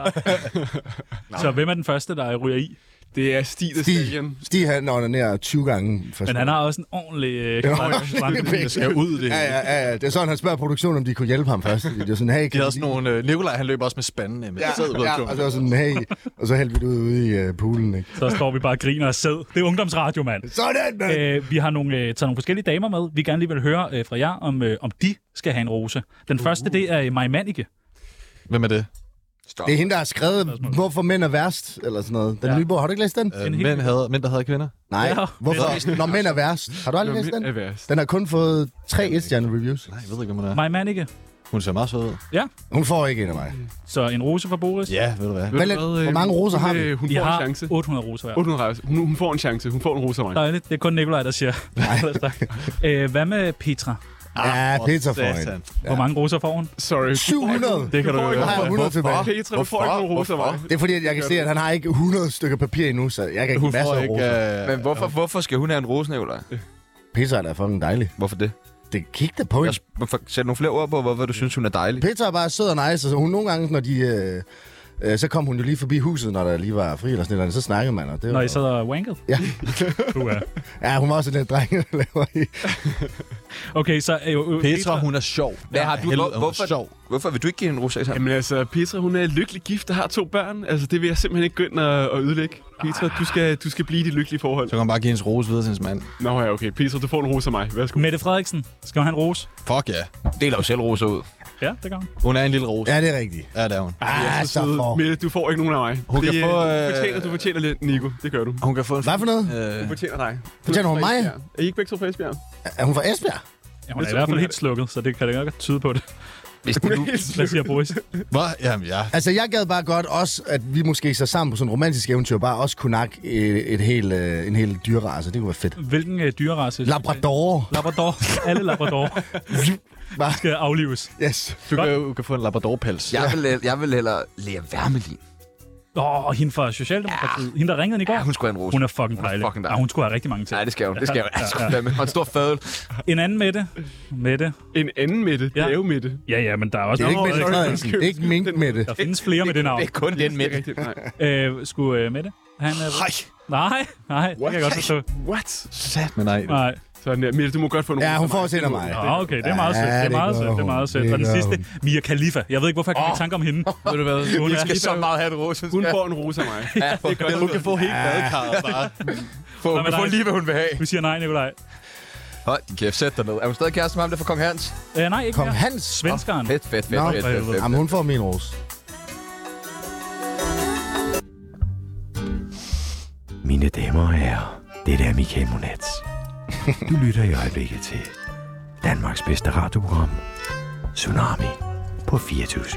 Så hvem er den første, der ryger i? Det er Stig, der skal igen. Stig han onanerer 20 gange. Men han har også en ordentlig... Det skal ud, det. Ja. Det er sådan, han spørger produktionen, om de kunne hjælpe ham først. Det er sådan, hey, De havde også nogle... Nikolaj, han løb også med spandene. Med og det var sådan, hey. Og så hældte vi det ude i poolen, ikke? Så står vi bare og griner og sæd. Det er ungdomsradio, mand. Sådan, mand! Vi har taget nogle forskellige damer med. Vi gerne lige vil høre fra jer, om de skal have en rose. Den første, det er Maja Mannicke. Hvem er det? Stop. Det er hende, der har skrevet, hvorfor mænd er værst, eller sådan noget. Den nye bog, har du ikke læst den? Mænd, der havde kvinder? Nej, Ja. hvorfor? Når mænd er værst. Har du aldrig læst den? Er værst. Den har kun fået 3 1-stjerne reviews. Nej, jeg ved ikke, hvem hun er. Maja Mannicke. Hun ser meget sød ud. Hun får ikke en af mig. Så en rose fra Boris. Ja, ved du hvad. Hvor mange roser har vi? Hun Vi får en har chance. 800 roser hver. 800 roser. Hun får en chance. Hun får en rose af mig. Dejligt. Det er kun Nikolaj, der siger. Hvad med Petra? Ja, Peter får en. Satan. Hvor mange roser får hun? Sorry. 700! Det kan du Jeg jo har 100 tilbage. Petra, du får ikke nogen roser af mig. Det er fordi, at jeg kan se, at han har ikke 100 stykker papir endnu, så jeg kan ikke Hun masser får af ikke... roser. Men hvorfor skal hun have en rose, Nicolaj? Peter er da fucking dejlig. Hvorfor det? Det kig da på hende. Sæt nogle flere ord på, hvorfor du synes, hun er dejlig. Peter er bare sød og nice, så hun nogle gange, når de... så kom hun jo lige forbi huset, når der lige var fri eller sådan noget, så snakkede man. Og det Når var... I sad og wanket? Ja. Ja, hun var også lidt dreng, der laver i. Okay, så... Petra, hun er sjov. Hvad har du... Helvede, hun er sjov. Hvorfor vil du ikke give hende en rose? Jamen altså, Petra, hun er lykkelig gift og har 2 børn. Altså, det vil jeg simpelthen ikke gå ind og ødelægge. Petra, du skal blive i de lykkelige forhold. Så kan man bare give hendes rose videre til hendes mand. Nå ja, okay. Petra, du får en rose af mig. Værsgo. Mette Frederiksen. Skal hun have en rose? Fuck ja. Deler jo selv roser ud. Ja, det gør hun. Hun er en lille rose. Ja, det er rigtigt. Ja, det er hun. Så for. Mette, du får ikke nogen af mig. Hun kan få, Du fortjener lidt, Nico. Det gør du. Hun kan få en... Hvad for noget? Du fortjener dig. Fortjener hun mig? Er I ikke begge to fra Esbjerg? Er hun fra Esbjerg? Ja, hun er i hvert fald helt slukket, så det kan det godt tyde på det. Hvis du... Hvad siger Boris? Hvad? Jamen, ja. Altså, jeg gad bare godt også, at vi måske så sammen på sådan en romantisk eventyr, bare også kunne nakke en hel dyrerace. Det kunne være fedt. Hvilken dyrerace? Labrador. Labrador. Alle Labrador skal aflives. Yes. Du kan få en labradorpels. Jeg vil hellere Lea Wermelin. Hende fra Socialdemokratiet. Hende, der ringede i går. Ja, hun skulle have en rose. Hun er fucking dejlig. Ja, hun skulle have rigtig mange til. Nej, det skal hun. Det skal hun. Og en stor fadel. En anden Mette. En anden Mette? Det er jo Mette. Ja, men der er også... Det er ikke Mette Frederiksen. Det er ikke Mink Mette. Der findes flere med det navn. Det er kun den Mette. Skulle Mette? Nej, det kan jeg godt forstå. What? Sat med nej. Nej. Sådan der. Mette, du må godt få en rose. Ja, hun får til af mig. Okay, det er meget sødt. Det er meget sødt. Det er meget sødt. Og den sidste, Mia Khalifa. Jeg ved ikke, hvorfor jeg kan i tanke om hende. Ved du hvad? Hun skal så meget have en rose. Hun får en rose af mig. Ja, det er godt. Hun kan få helt badekarret bare. Hun kan få lige, hvad hun vil have. Du siger nej, Nikolaj. Hold din kæft, sæt dig ned. Er hun stadig kæreste med ham, der for Kong Hans? Nej, ikke Kong mere. Hans? Svenskeren. Fedt. Nå, jamen, hun får min rose. Mine damer og herrer, det er Michael Monats. Du lytter i øjeblikket til Danmarks bedste radioprogram, Tsunami på 24/7.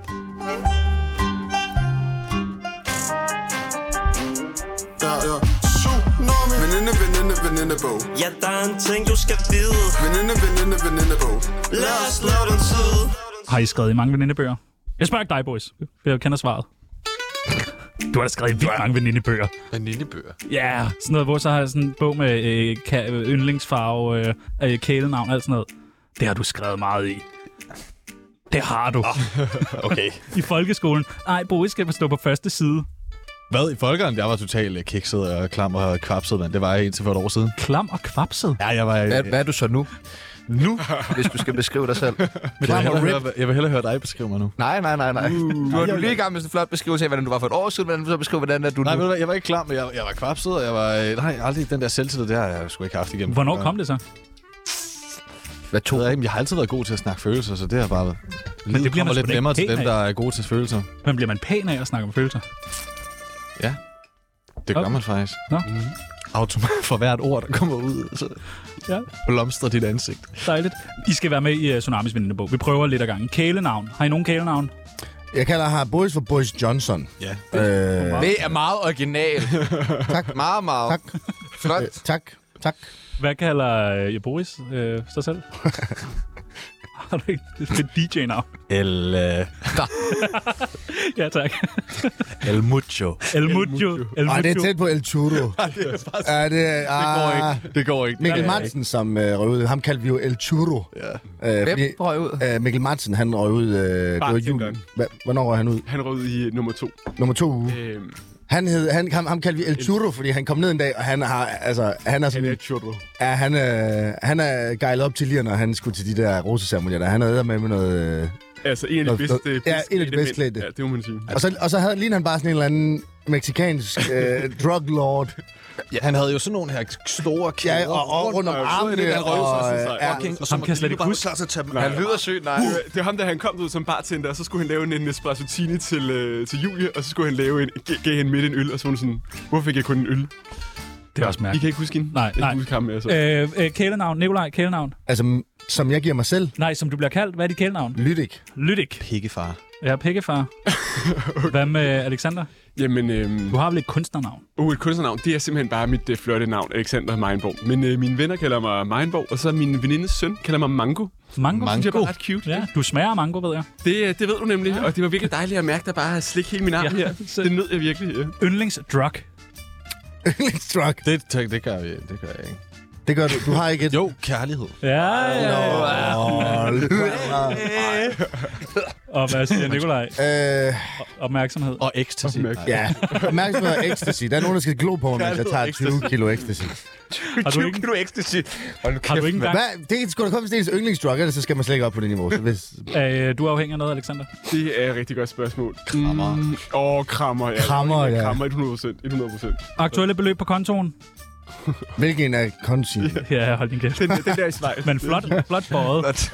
Venindebog. Ja, der er en ting, du skal vide. Venindebog. Lad os lave den tid. Har I skrevet i mange venindebøger? Jeg spørger ikke dig, boys. Jeg kender svaret. Du har da skrevet i vildt mange venindebøger. Venindebøger? Ja, sådan noget, hvor så har jeg sådan en bog med yndlingsfarve, kælenavn og alt sådan noget. Det har du skrevet meget i. Det har du. Okay. I folkeskolen. Nej, Boris skal stå på første side. Hvad i folkeren? Jeg var totalt kikset og klam og kvapset, mand. Det var jeg indtil for et år siden. Klam og kvapset? Ja, jeg var... Hvad er du så nu? Nu? Hvis du skal beskrive dig selv. Jeg vil hellere høre dig beskrive mig nu. Nej. Du er lige i gang med en flot beskrivelse af, hvordan du var for et år siden, hvordan du så beskriver, hvordan er du Nej, nu? ved du hvad, jeg var ikke klam, men jeg var kvapset, og jeg var... Nej, aldrig den der selvtillid, det har jeg sgu ikke haft igennem. Hvornår kom det så? Hvad tog jeg? Jeg har altid været god til at snakke følelser, så det har bare været... Men det bliver man lidt nemmere til dem, der er gode til følelser. Men bliver man pæn af at snakke om følelser? Ja, det gør man faktisk. Nå. Automat for hvert ord, der kommer ud, så blomstrer dit ansigt. Dejligt. I skal være med i Tsunamis venindebog. Vi prøver lidt ad gangen. Kælenavn. Har I nogen kælenavn? Jeg kalder her Boris for Boris Johnson. Ja. Det er meget original. Tak. Meget. Tak. Flot. Tak. Hvad kalder Boris sig selv? Har du ikke et DJ-navn? Ja, tak. El Mucho. El Mucho. Ej, det er tæt på El Churro. Det går ikke. Mikkel Madsen, som røg ud, ham kaldte vi jo El Churro. Ja. Hvem røg ud? Mikkel Madsen, han røg ud. Det var jul. Hvornår røg han ud? Han røg ud i nummer 2. Nummer 2 uge. Ham kaldte vi El Churro, fordi han kom ned en dag, og han er sådan... Han er gejlet op til lige, når han skulle til de der roseceremonier, der han havde med noget... Altså en af de bedste... Ja, en af de bedste klædte. Ja, det må man sige. Og så lignede han bare sådan en eller anden mexikansk drug lord. Ja, han havde jo sådan nogle her store kæder. Ja, og rundt om armene. Og som kan slet ikke huske. Han lyder sygt, nej. Det var ham, da han kom ud som bartender, og så skulle han lave en espresso-tini til Julie, og så skulle han lave gav hende midt en øl, og så var hun sådan, hvorfor fik jeg kun en øl? Det er også mærkeligt. I kan ikke huske hende? Nej. Huske ham, altså. Kælenavn. Nikolaj, kælenavn. Altså, som jeg giver mig selv. Nej, som du bliver kaldt. Hvad er dit kælenavn? Lydik. Pikkefar. Ja, pikkefar. Okay. Hvad med Alexander? Jamen, du har vel et kunstnernavn? Et kunstnernavn, det er simpelthen bare mit flotte navn, Alexander Meinborg. Men mine venner kalder mig Meinborg, og så min venindes søn kalder mig Mango. Mango? Det er ret cute. Ja, du smager af mango, ved jeg. Det ved du nemlig, og det var virkelig dejligt at mærke, der bare slik hele min arm her. Det nød jeg virkelig. Ja. Yndlingsdrug. Yndlingsdrug? Det gør jeg ikke. Det gør du. Du har ikke et... Jo, kærlighed. Og hvad siger Nikolaj? Opmærksomhed. Og ecstasy. Ja, opmærksomhed og ecstasy. Der er nogen, der skal glo på mig, mens jeg tager 20 kilo ecstasy. 20 kilo ecstasy? Har du ikke engang... Det er sgu da kun, hvis det er ens yndlingsdrug, ellers så skal man slet ikke op på det niveau. Så hvis... Du er afhængig af noget, Alexander? Det er et rigtig godt spørgsmål. Krammer. Krammer, ja. Krammer 100%. Aktuelle beløb på kontoen? Hvilken er konti? Ja, hold din kæft. Den der i Schweiz. Men flot båret.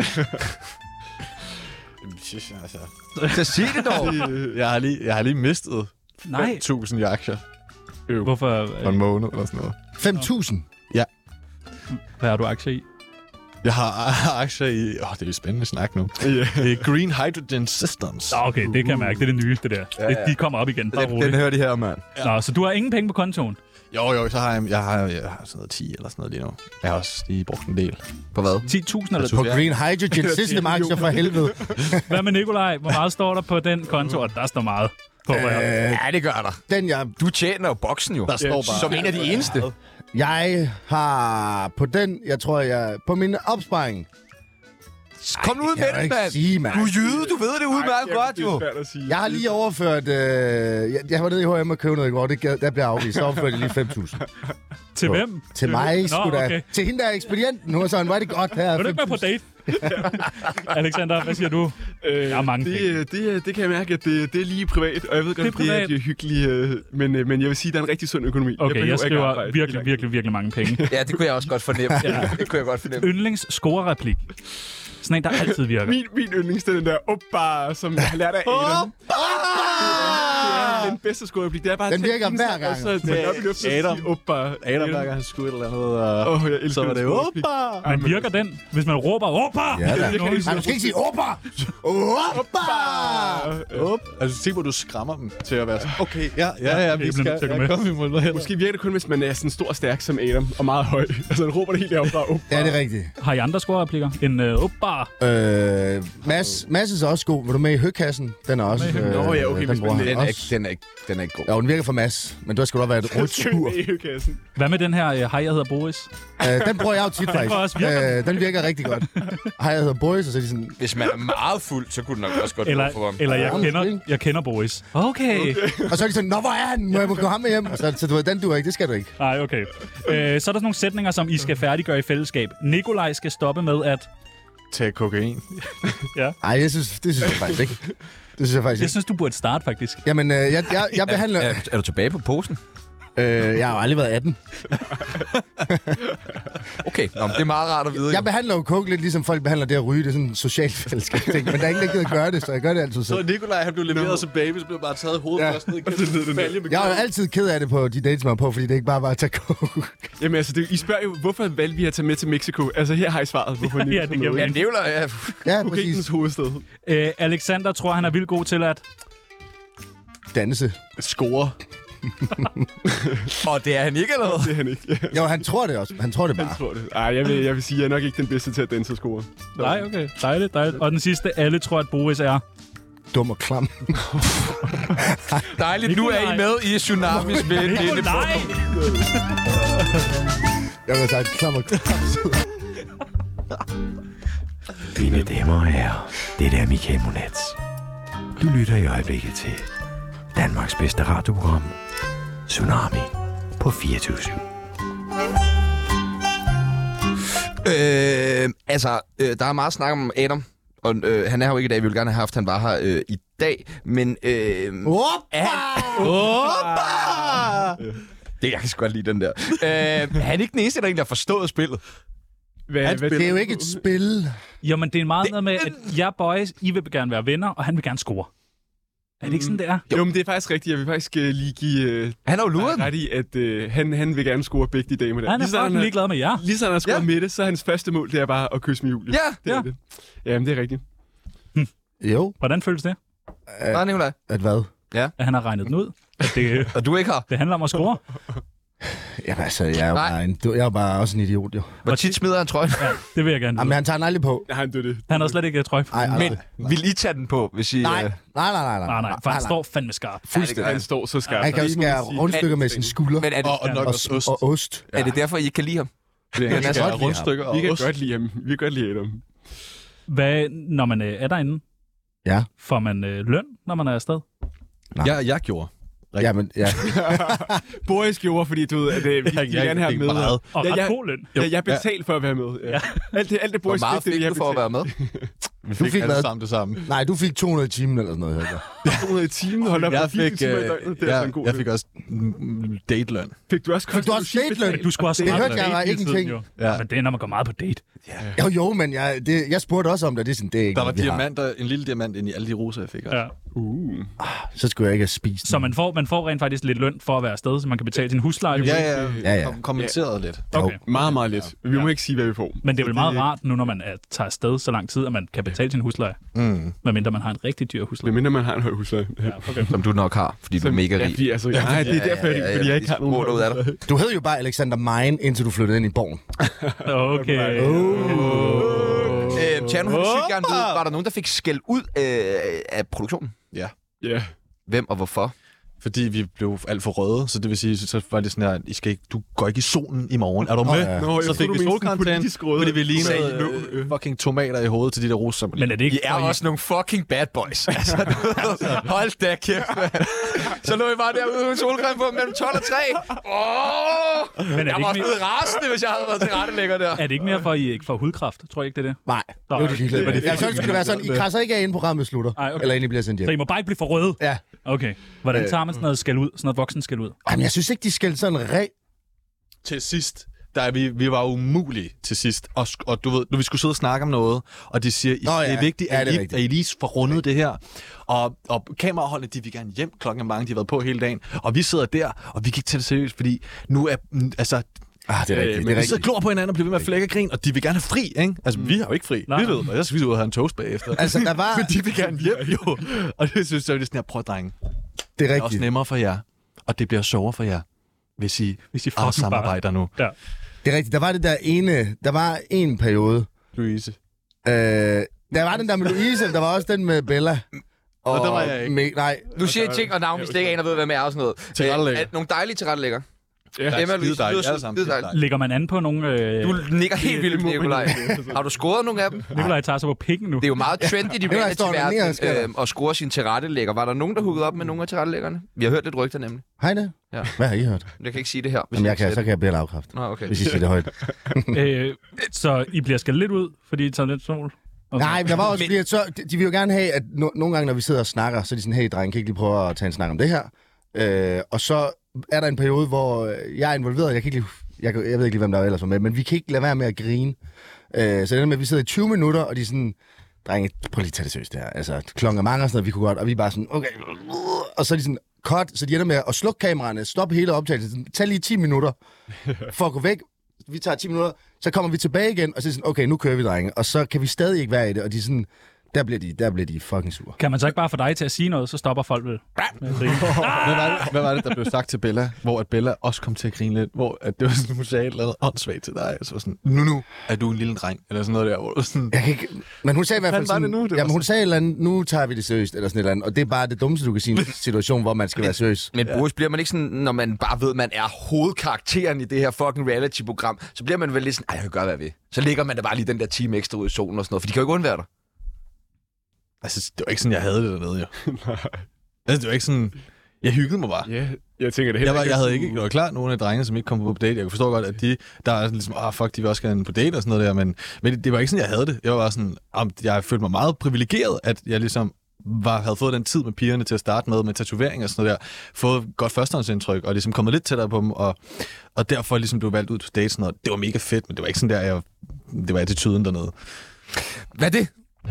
Så sig det dog. Jeg har lige mistet 5.000 i aktier. Hvorfor? For en måned eller sådan noget. 5.000? Ja. Hvad har du aktier i? Jeg har aktier i... det er jo spændende snak nu. Green Hydrogen Systems. Okay, det kan jeg mærke. Det er det nye, det der. Ja. De kommer op igen. Den hører de her, mand. Nå, så du har ingen penge på kontoen? Jo, så har jeg har sådan noget 10 eller sådan noget lige nu. Jeg har også lige brugt en del. På hvad? 10.000 eller på Green Hydrogen System aktier for helvede. Hvad med Nikolaj? Hvor meget står der på den konto? Der står meget. Ja, det gør der. Du tjener jo boksen jo. Der står bare. Som en af de eneste. Jeg har på den, jeg tror, på min opsparing. Kom nu ud med det, mand. Du er jyde, du ved det udmærket godt, jo. Jeg har lige overført... jeg var nede i H&M og købte noget i går. Der blev afvist. Så overførte jeg lige 5.000. Til hvem? Til mig, sgu da. Okay. Til hende, der er ekspedienten. Nu er sådan, var det godt her. Vil du ikke være på date? Alexander, hvad siger du? Jeg har mange penge. Det kan jeg mærke, at det er lige privat. Og jeg ved godt, at det er hyggeligt. Men jeg vil sige, at der er en rigtig sund økonomi. Okay, jeg skriver virkelig mange penge. Ja, det kunne jeg også godt fornemme. Det kunne jeg godt fornemme. Yndlings score-replik. Sådan en, der altid virker. Min yndlings, det er den der opbar, som jeg har lært af Adam. Det er den bedste scoreplik. Det er bare den virker hver gang. Adam hver gang han skulle et eller andet. Jeg elsker så var det opbar. Men virker den, hvis man råber opbar? Ja, man skal ikke sige opbar. Altså, tænk på, du skræmmer dem til at være sådan, okay, ja, vi skal komme imod noget. Måske virker det kun, hvis man er sådan stor og stærk som Adam, og meget høj. Altså, han råber det helt deroppe bare opbar. Ja, det er rigtigt. Har I andre score-replikker? En opbar? Mads er også god. Var du med i Høkassen? Den er også... okay, den er den er ikke god. Ja, den virker for Mads, men der skal da være et rødt skur. Hvad med den her hej, jeg hedder Boris? Den bruger jeg jo tit, faktisk. Den virker rigtig godt. Hej, jeg hedder Boris, og så er de sådan... Hvis man er meget fuld, så kunne den nok også godt gå for ham. Eller jeg kender Boris. Okay. Og så er de sådan, nå, hvor er han? Må jeg gå ham med hjem? Og så du ved, den duer ikke, det skal du ikke. Nej, okay. Så er der sådan nogle sætninger, som I skal færdiggøre i fællesskab. Nikolaj skal stoppe med at... Tage kokain. Ja. Nej, det synes jeg faktisk ikke. Jeg synes, du burde starte, faktisk. Jamen, jeg behandler... Er du tilbage på posen? Jeg har jo aldrig været 18. Okay, det er meget rart at vide. Jeg behandler jo coke lidt ligesom folk behandler det at ryge. Det er sådan en social fællesskab ting. Men der er ingen, der gider at gøre det, så jeg gør det altid selv. Så Nikolaj, han blev leveret som baby, så blev bare taget hovedet først ned i Jeg er jo altid ked af det på de dates, man er på, fordi det ikke bare var at tage coke. Jamen altså, I spørger jo, hvorfor valgte vi at tage med til Mexico? Altså, her har I svaret. Hvorfor Ja, det giver Ja, Nikolaj, Ja, Kokainens præcis. hovedsted. Alexander tror, han er vildt god til at... Danse. Score. Og det er han ikke, eller hvad? Det er han ikke. Jo, han tror det også. Han tror det bare. Jeg tror det. Ej, jeg vil sige, jeg er nok ikke den bedste til at danse og score. Nej, okay. Dejligt. Og den sidste, alle tror, at Boris er... Dum og klam. Dejligt, nu er I med i Tsunamis ven. Nej! Jeg vil sige, klam og klam. Mine damer og herrer, det er Michael Monats. Du lytter i øjeblikket til Danmarks bedste radioprogram, Tsunami på 24/7. Der er meget snak om Adam, og han er jo ikke i dag. Vi ville gerne have haft, han var her i dag, men... Det jeg kan sgu godt lide den der. Han er ikke den eneste, der egentlig har forstået spillet. Det er jo ikke et spil. Jo, men det er meget noget med, at jeg boys, I vil gerne være venner, og han vil gerne score. Er det ikke sådan, det er? Jo, men det er faktisk rigtigt. Jeg vil faktisk lige give... Han har jo luret ret i, at han vil gerne score begge de damer der. Han er fucking ligeglad med jer. Lige så han har scoret med det, så er hans første mål, det er bare at kysse med Julie. Ja. Det er det. Jamen, det er rigtigt. Jo. Hvordan føles det? Nej, Nikolaj. At hvad? Ja. At han har regnet den ud. At det, og du ikke har? Det handler om at score. Jamen altså, jeg er jo bare også en idiot, jo. Hvor tit smider han trøjen? Ja, det vil jeg gerne. Jamen, han tager den aldrig på. Ja, han det. Han har slet ikke trøje på. Men vil I tage den på, hvis I... Nej, for han står fandme skarp. Fuldstændig. Han står så skarp. Han kan jo skære rundstykker med sine skulder. Men er det, og ost. Er det derfor, I ikke kan lide ham? Han er rundstykker og ost. Vi kan godt lide ham. Vi kan godt lide Adam. Hvad, når man er derinde? Ja. Får man løn, når man er afsted? Jeg gjorde. Ja, men ja. Boris gjorde, fordi du ved, at vi gerne have med. Og ret god løn. Jeg betalte for at være med. Ja. Alt det Boris hvor meget fik du for at være med? Vi fik alle sammen det samme. Nej, du fik 200 i timen eller sådan noget. 200 i timen? Hold op, jeg fik også dateløn. Fik du også dateløn? Du skulle også det hørte jeg ikke ingenting. Ja. Men det er, når man går meget på date. Jo, men jeg spurgte også om det. Det er sådan, det er ikke der var diamanter, en lille diamant ind i alle de roser, jeg fik. Ja. Så skulle jeg ikke have spist. Så man får rent faktisk lidt løn for at være afsted, så man kan betale sin husleje. Ja. Kommenteret lidt. Okay. Meget, meget lidt. Vi må ikke sige, hvad vi får. Men det er vel meget rart nu, når man tager afsted så lang tid, at man kan betale sin husleje. Medmindre man har en rigtig dyr husleje. Medmindre man har en høj husleje. Ja, okay. Som du nok har, fordi du er mega rig. Ja, det er derfor, fordi jeg ikke har nogen ud af dig. Du hed jo bare Alexander Mine, indtil du flyttede ind i Borgen. Okay. Tjerno, han vil sygt gerne vide, var der nogen, der fik skæld ud af produktionen? Ja. Hvem og hvorfor? Fordi vi blev alt for røde, så det vil sige, så var det sådan her, du går ikke i solen i morgen. Er du med? Så fik vi solkarantæne, fordi vi lignede fucking tomater i hovedet til de der roser. Men er det ikke? I er også nogle fucking bad boys. Altså, hold da kæft, man. Så lå I bare derude med solcreme på mellem 12 og 3. Jeg var også blevet rasende, hvis jeg havde været til rettelægger der. Er det ikke mere for, at I ikke får hudkræft? Tror jeg ikke, det er det? Nej, det er det ligeglade. Ja, så skal det være sådan, I krasser ikke af, inden programmet slutter. Eller inden I bliver sendt hjem. Så I må bare ikke blive for røde? Ja. Okay. Hvordan tager man sådan noget skæld ud? Sådan noget voksen skæld ud? Jamen, jeg synes ikke, de skældte sådan til sidst. Vi var umulige til sidst. Og du ved, når vi skulle sidde og snakke om noget, og de siger, det er vigtigt, at I lige får rundet det her. Og kameraholdene, de vil gerne hjem. Klokken er mange, de har været på hele dagen. Og vi sidder der, og vi gik til det seriøst, fordi nu er... Altså, det er rigtigt. Vi sidder glor på hinanden og bliver ved med at flække og grin, og de vil gerne have fri, ikke? Altså, vi har jo ikke fri. Nej. Vi ved, og jeg skal ud og have en toast bagefter. Altså, der var... Men de vil gerne hjem, jo. Og det synes jeg, det er sådan her, prøv drenge. Det er også nemmere for jer, og det bliver sjovere for jer, hvis I samarbejder nu. Ja. Det er rigtigt. Der var en periode. Louise. Der var den der med Louise, der var også den med Bella. Og det var jeg ikke. Nej. Nu siger jeg ting og navn, hvis det ikke aner ved, hvad med er og sådan noget. Tilrettelægger. Nogle dejlige tilrettelægger. Ja, Emma Louise, skide dejligt. Lægger man an på nogle... Du nikker helt vildt, Nikolaj. Har du scoret nogle af dem? Nikolaj tager sig på pikken nu. Det er jo meget trendy i reality-verdenen at score sine tilrettelægger. Var der nogen, der huggede op med nogle af tilrettelæggerne? Vi har hørt lidt rygter nemlig. Hej det. Ja. Hvad har I hørt? Jeg kan ikke sige det her. Jamen, så kan jeg blive afkræftet. Nå, okay. Hvis I siger det højt. Så I bliver skældt lidt ud, fordi I tager lidt sol? Okay. Nej, der var også fordi, at de vil jo gerne have, at nogle gange, når vi sidder og snakker, så er de sådan, hey dreng, kan I ikke lige prøve at tage en snak om det her? Og så er der en periode, hvor jeg er involveret. Jeg ved ikke lige, hvem der ellers var med, men vi kan ikke lade være med at grine. Så det er med, at vi sidder i 20 minutter, og de er sådan, drenge, prøv lige at tage det seriøst det her. Altså, klokken er mange og sådan noget, vi kunne godt, og vi er bare sådan, okay. Og så er de sådan, cut, så de ender med at slukke kameraerne, stoppe hele optagelsen, tag lige 10 minutter for at gå væk. Vi tager 10 minutter, så kommer vi tilbage igen, og så er sådan, okay, nu kører vi, drenge. Og så kan vi stadig ikke være i det, og de er sådan, der bliver de fucking sure. Kan man så ikke bare få dig til at sige noget, så stopper folk vel? Hvad var det, der blev sagt til Bella, hvor at Bella også kom til at grine lidt, hvor at det var sådan, hun sagde et eller andet åndssvagt til dig, så var sådan, nu er du en lille dreng, eller sådan noget der, hvor sådan... Jeg kan ikke... Men hun sagde i hvert fald sådan... Jamen, hun sagde et eller andet, nu tager vi det seriøst, eller sådan et eller andet, og det er bare det dummeste, du kan sige i en situation, hvor man skal være seriøs. Men Boris, bliver man ikke sådan, når man bare ved, at man er hovedkarakteren i det her fucking reality-program, så bliver man vel lidt sådan, jeg kan gøre, hvad jeg vil. Så ligger man da bare lige den der time ekstra ud i solen og sådan noget, for de kan jo ikke undvære dig. Altså, det var ikke sådan, jeg havde det dernede, jo. Nej. Altså, det var ikke sådan... Jeg hyggede mig bare. Ja, jeg tænker det heller ikke. Jeg havde ikke gjort klar nogle af drengene, som ikke kom på date. Jeg kunne forstå godt, at de, der er ligesom, fuck, de vil også gerne på date og sådan noget der, men det var ikke sådan, jeg havde det. Jeg var bare sådan, jeg følte mig meget privilegeret, at jeg ligesom havde fået den tid med pigerne til at starte med tatovering og sådan noget der, fået godt førstehåndsindtryk, og ligesom kommet lidt tættere på dem, og derfor ligesom blev valgt ud på date sådan noget. Det var mega fedt, men det var ikke sådan der, det var attituden dernede. Hvad er det?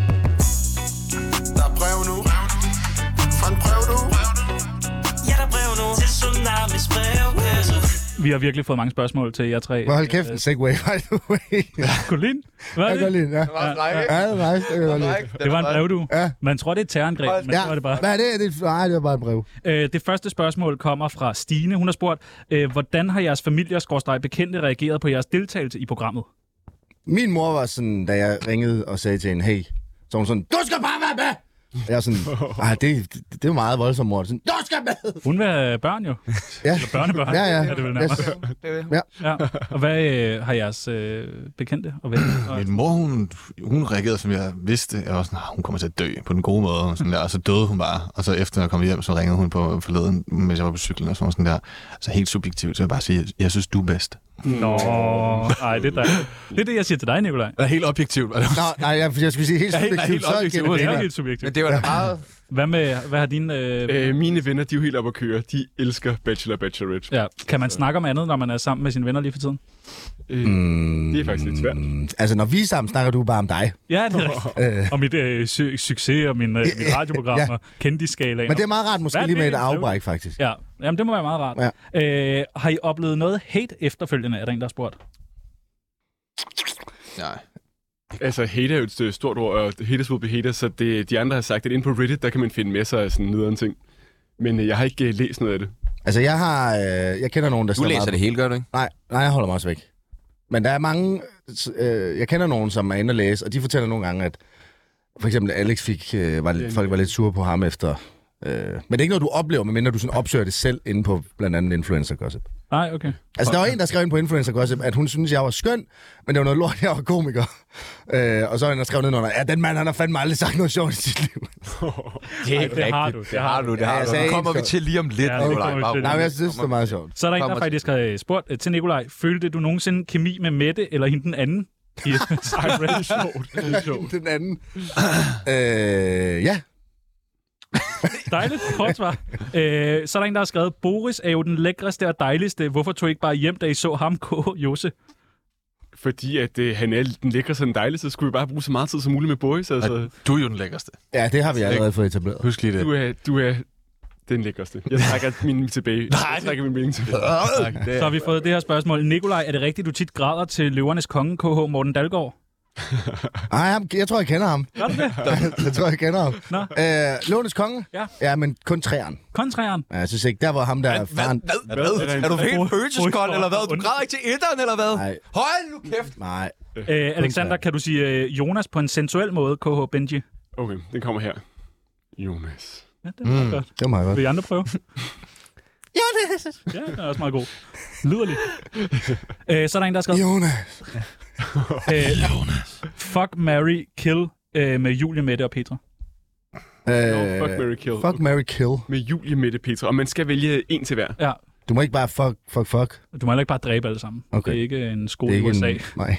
Der er brev nu. Fra en brev nu. Ja, der er brev nu. Til Tsunamis brevkasse. Vi har virkelig fået mange spørgsmål til jer tre. Hold kæft, en segway, by the way. Colin? Hvad er det? Colin, ja. Det var en række. Ja, det var nice. Det var en brev, du. Ja. Man tror, det er et terrorangreb, men så er det bare... Hvad er det? Nej, det var bare et brev. Det første spørgsmål kommer fra Stine. Hun har spurgt, hvordan har jeres familier/bekendte reageret på jeres deltagelse i programmet? Min mor var sådan, da jeg ringede og sagde til hende, hey, så hun sådan, du skal bare være med! Jeg er sådan, det er jo meget voldsomt, mor. Sådan, du skal med! Hun vil have børn jo. Ja. Eller børnebørn. Ja. Er det vel nærmest. Ja. Ja. Og hvad har jeres bekendte og venner? Min mor, hun reagerede, som jeg vidste. Jeg var sådan, hun kommer til at dø på den gode måde. Og, sådan der, og så døde hun bare. Og så efter jeg kom hjem, så ringede hun på forleden, mens jeg var på cyklen og sådan der. Så helt subjektivt, så jeg bare sige, jeg synes, du er bedst. Nå, ej, det er dejligt. Det er det, jeg siger til dig, Nikolaj. Det er helt objektivt. Nej, jeg skulle sige helt subjektivt. Det er helt subjektivt. Men det var da meget... Hvad har dine... Mine venner, de er jo helt oppe at køre. De elsker Bachelorette. Ja. Kan man snakke om andet, når man er sammen med sine venner lige for tiden? Det er faktisk lidt svært. Altså, når vi er sammen, snakker du bare om dig. Ja, det er rigtigt. Og mit succes og mit radioprogram og kendisskalaen. Men det er meget rart måske lige med et afbræk, faktisk. Ja, jamen det må være meget rart. Ja. Har I oplevet noget hate efterfølgende? Er der en, der har spurgt? Nej. Altså, hate er jo et stort ord, og haters will be haters, så de andre har sagt, at inde på Reddit, der kan man finde masser af sådan nederen ting. Men jeg har ikke læst noget af det. Altså, jeg kender nogen, der... Du læser det hele, gør du ikke? Nej, jeg holder mig også væk. Men der er mange... jeg kender nogen, som er inde og læse, og de fortæller nogle gange, at for eksempel Alex folk var lidt sure på ham efter... men det er ikke noget, du oplever, medmindre du sådan opsøger det selv inde på blandt andet Influencer Gossip. Nej, okay. Altså, der var en, der skrev ind på Influencer Gossip, at hun synes, jeg var skøn, men det var noget lort, jeg var komiker. Og så var en, der skrev ned under, den mand, han har fandme aldrig sagt noget sjovt i sit liv. Det er ikke rigtigt. Det har du. Det kommer vi til lige om lidt, Nikolaj. Nej, men jeg synes, det er meget sjovt. Så er der en, der faktisk har spurgt til Nikolaj, følte du nogensinde kemi med Mette eller hende den anden? Det er sjovt. Den anden. Ja. Dejligt, kort svar. Så er der en, der har skrevet, Boris er jo den lækreste og dejligste. Hvorfor tog I ikke bare hjem, da I så ham, Jose? Fordi at han er den lækreste og den dejligste, så skulle vi bare bruge så meget tid som muligt med Boris. Altså. Du er jo den lækreste. Ja, det har vi allerede fået etableret. Husk lige det. Du er den lækreste. Jeg trækker min tilbage. Jeg trækker min mening tilbage. Så har vi fået det her spørgsmål. Nikolaj, er det rigtigt, du tit græder til Løvernes konge, KH Morten Dalgaard? Nej, jeg tror, jeg kender ham. Gør du det? Jeg tror, jeg kender ham. Løvernes konge? Ja. Ja, men kun træeren. Kun træeren? Ja, jeg synes ikke, der var ham, der er faren. Er du helt følelseskold, eller hvad? Du græder ikke til etteren, eller hvad? Nej. Hold nu kæft! Nej. Alexander, kan du sige Jonas på en sensuel måde, KH Benji? Okay, den kommer her. Jonas. Ja, det er meget godt. Det var meget godt. Vil I andre prøve? Jonas! Ja, det er også meget god. Lyderlig. Så er der en, der har skrevet... Jonas. Jonas. Fuck, marry, kill med Julie, Mette og Petra. Fuck, marry, kill. Fuck, marry, kill. Med Julie, Mette, Petra. Og man skal vælge en til hver. Ja. Du må ikke bare fuck. Du må heller ikke bare dræbe alle sammen. Okay. Det er ikke en skole i USA. Nej.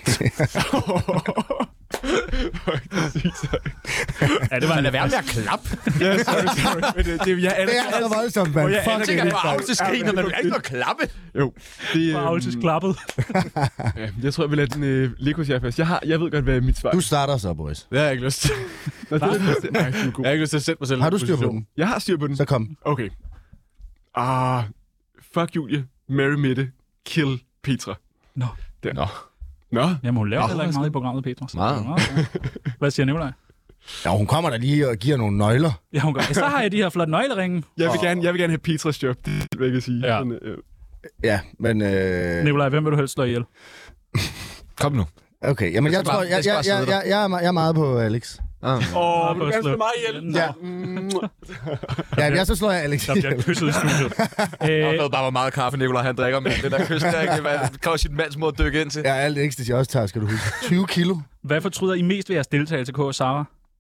Ja, det var en lad være med at klappe. Ja, sorry. Men det er så voldsomt, mand. Jeg tænker på afseskrinet, men du kan ikke noget klappe. Jo. Det var afsesklappet. Ja, jeg tror, jeg vil lade den ligge hos jer først. Jeg ved godt, hvad mit svar er. Du starter så, boys. Det har jeg ikke lyst til. Nej, jeg har ikke lyst til at sætte mig selv. Har du styr på den? Jeg har styr på den. Så kom. Okay. Fuck Julie, marry Mette, kill Petra. Nå. Nå. Jamen, hun laver heller ikke meget i programmet, Petra. Meget. Hvad siger Nikolaj? Ja, hun kommer der lige og giver nogle nøgler. Ja, hun gør. Så har jeg de her flotte nøgleringe. Jeg vil gerne have Petras job, det vil jeg sige. Ja. Ja, men... Nikolaj, hvem vil du helst slå ihjel? Kom nu. Okay, jamen jeg tror, jeg er meget på Alex. Du kan slå mig ihjel. Ja, så slår jeg Alex. Der bliver kysset i studiet. Jeg ved bare, hvor meget kaffe Nikolaj han drikker, men det der kysring, det kan jo sit mandsmod at dykke ind til. Ja, alt ecstasy også tager, skal du huske. 20 kilo. Hvad fortryder I mest ved jeres deltagelse, K. og Sarah?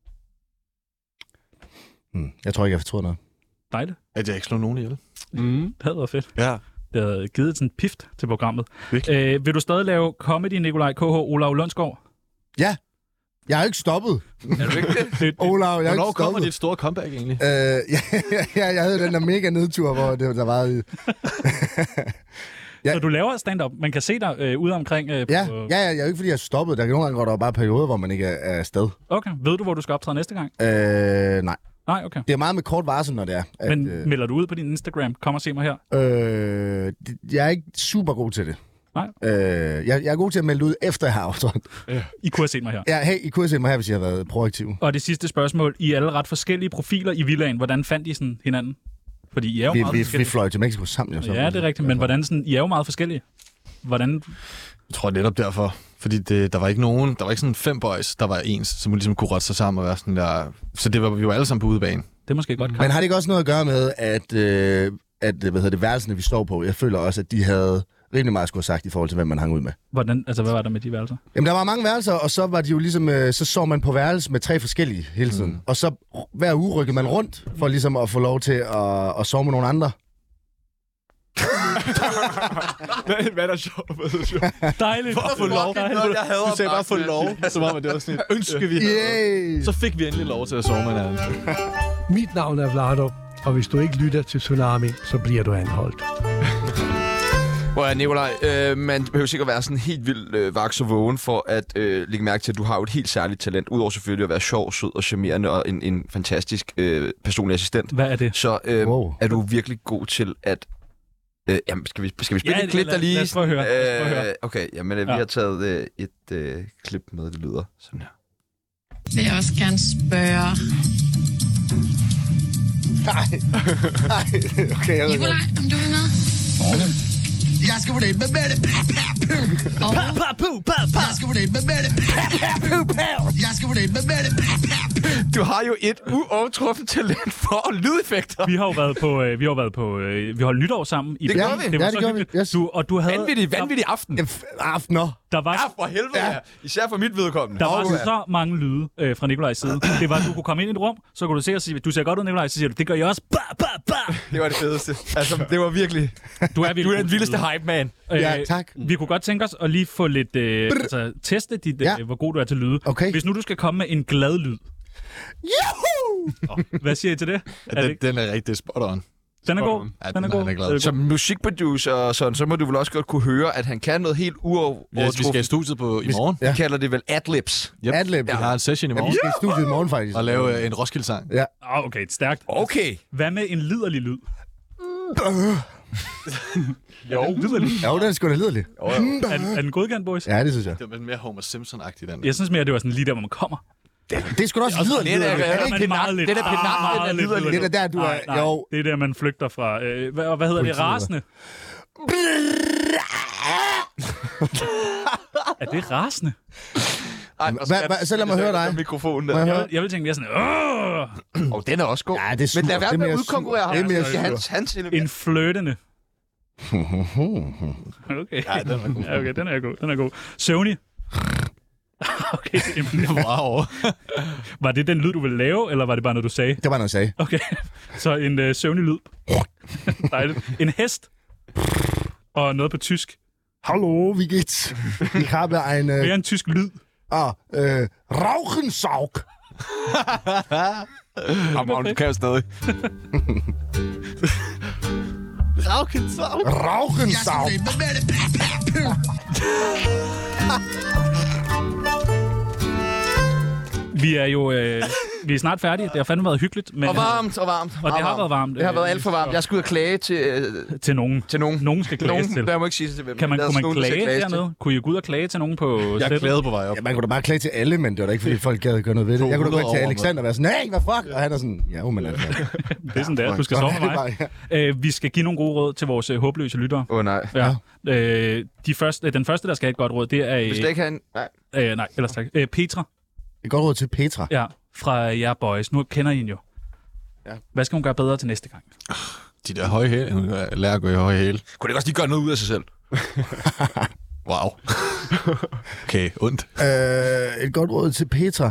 Jeg tror ikke, jeg fortryder noget. Dejligt. At jeg ikke slår nogen ihjel. Det havde været fedt. Ja. Det havde givet sådan en pift til programmet. Vil du stadig lave comedy, Nikolaj KH, Olav Lundsgaard? Ja. Jeg har ikke stoppet. Er du ikke det? Olav, jeg har ikke Hvornår kommer stoppet. dit store comeback egentlig? Jeg havde den der mega nedtur, hvor der var... Så du laver stand-up? Man kan se dig ude omkring... Ja, jeg er jo ikke, fordi jeg har stoppet. Der kan nogle gange, hvor der var bare perioder, hvor man ikke er afsted. Okay. Ved du, hvor du skal optræde næste gang? Nej. Nej, okay. Det er meget med kort varsel, når det er. Men melder du ud på din Instagram? Kom og se mig her. Jeg er ikke super god til det. Nej. Jeg er god til at melde ud, efter jeg har optrådt. Ja. I kunne have set mig her. Ja, hey, I kunne have set mig her, hvis jeg har været proaktiv. Og det sidste spørgsmål. I er alle ret forskellige profiler i villaen. Hvordan fandt I sådan hinanden? Fordi I er jo meget forskellige. Vi fløj til Mexico sammen. Jo, ja, det er rigtigt. Men hvordan sådan, I er jo meget forskellige. Hvordan... Jeg tror netop derfor. Fordi der var ikke nogen, der var ikke sådan 5 boys, der var ens, som ligesom kunne rette sig sammen og være sådan der. Så det var vi jo alle sammen på udebane. Det er måske godt. Men har det ikke også noget at gøre med, at værelserne, vi står på, jeg føler også, at de havde rimelig meget skulle have sagt i forhold til, hvem man hang ud med. Hvordan, altså, hvad var der med de værelser? Jamen, der var mange værelser, og så var de jo ligesom, så sov man på værelse med 3 forskellige hele tiden. Og så hver uge rykkede man rundt, for ligesom at få lov til at sove med nogle andre. Hvad er der sjovt? Dejligt. For at få lov. Du sagde bare få lov, som om det var sådan et ønske, vi havde. Så fik vi endelig lov til at sove med hinanden. Mit navn er Vlado, og hvis du ikke lytter til Tsunami, så bliver du anholdt. Hvor Nikolaj, man behøver sikkert være sådan helt vildt vaks og vågen for at lægge mærke til, at du har jo et helt særligt talent, udover selvfølgelig at være sjov, sød og charmerende og en fantastisk personlig assistent. Hvad er det? Så er du virkelig god til at... jamen, skal vi spille et klip, der lige... Lad os prøve at høre. Okay, jamen vi har taget et klip med, det lyder sådan her. Vil jeg også gerne spørge... Nej, okay. Nikolaj, om du vil med? Jeg skal på det med Mette. Jeg skal på det med Mette. Jeg skal på det med Mette. Du har jo et uovertruffent talent for lydeffekter. Vi har jo været på vi holdt nytår sammen. Det gør vi. Det var så hyggeligt. Yes. Du havde Vanvittig aften. Aftener. Der var for helvede, ja. Især for mit vedkommende. Der var så mange lyde fra Nikolajs side. Det var, du kunne komme ind i et rum, så kunne du se og sige, du ser godt ud, Nikolaj, så siger du, det gør jeg også. Det var det fedeste. Altså, det var virkelig... Du er den vildeste hype, man. Ja, tak. Vi kunne godt tænke os at lige få lidt... teste dit, hvor god du er til lyde. Okay. Hvis nu du skal komme med en glad lyd. Juhu! Hvad siger I til det? Ja, den er rigtig spot on. Den er god. Ja, den er god. glad. Som musikproducer og sådan, så må du vel også godt kunne høre, at han kan noget helt uovertruffent. Vi skal i studiet i morgen. Vi kalder det vel adlibs. Yep. Adlib. Vi har en session i morgen. Vi skal i studiet i morgen, faktisk. Og lave en Roskilde-sang. Ja. Okay, stærkt. Okay. Hvad med en liderlig lyd? Jo, den er sgu da lidelig. Er den godkendt, boys? Ja, det synes jeg. Det var mere Homer Simpson-agtigt. Den. Jeg synes mere, det var sådan lige der, hvor man kommer. Det er sgu da også liderligt. Det er der, du er... Jo. Det er der, man flygter fra... hvad hedder det? Rasende? Er det rasende? Så lad mig høre dig. Mikrofonen der. Jeg vil tænke mere sådan... Den er også god. Ja, det er sur. Men lad være med at udkonkurrere ham. Det er mere hans en flirtende. Okay. Ja, den er god. Ja, okay, den er god. Søvnig. Okay, wow. Var det den lyd, du ville lave, eller var det bare noget, du sagde? Det var noget, jeg sagde. Okay, så en søvnig lyd. Dejligt. En hest. Og noget på tysk. Hallo, wie geht's? Ich habe eine... Mere en tysk lyd. Rauchensaug. Jamen, du kan jo stadig. Rauchensaug. Vi er jo vi er snart færdige. Det har fandme været hyggeligt. Men, Og varmt. Og det har været varmt. Det har været alt for varmt. Jeg skal ud og klage til nogen. Nogen skal klages til. Der må ikke sige til hvem. Kunne man klage dernede? Kunne I gå ud og klage til nogen på Jeg er glad på vej op. Ja, man kunne da bare klage til alle, men det var da ikke, fordi folk gad gøre noget ved det. Jeg kunne da gå til Alexander og være sådan, hey, hvad fuck? Og han er sådan, ja, men altså. Det er sådan der. Du skal sove med mig. Vi skal give nogle gode råd til vores håbløse lyttere. Nej. Ja. Den første, der skal have et godt råd, det er... Hvis det ikke han... Nej, ellers tak. Petra. Et godt råd til Petra. Ja, fra jer boys. Nu kender I hende jo. Ja. Hvad skal hun gøre bedre til næste gang? De der høje hæle. Hun lærer at gå i høje hæle. Kunne det også lige gøre noget ud af sig selv? Wow. Okay, ondt. Et godt råd til Petra.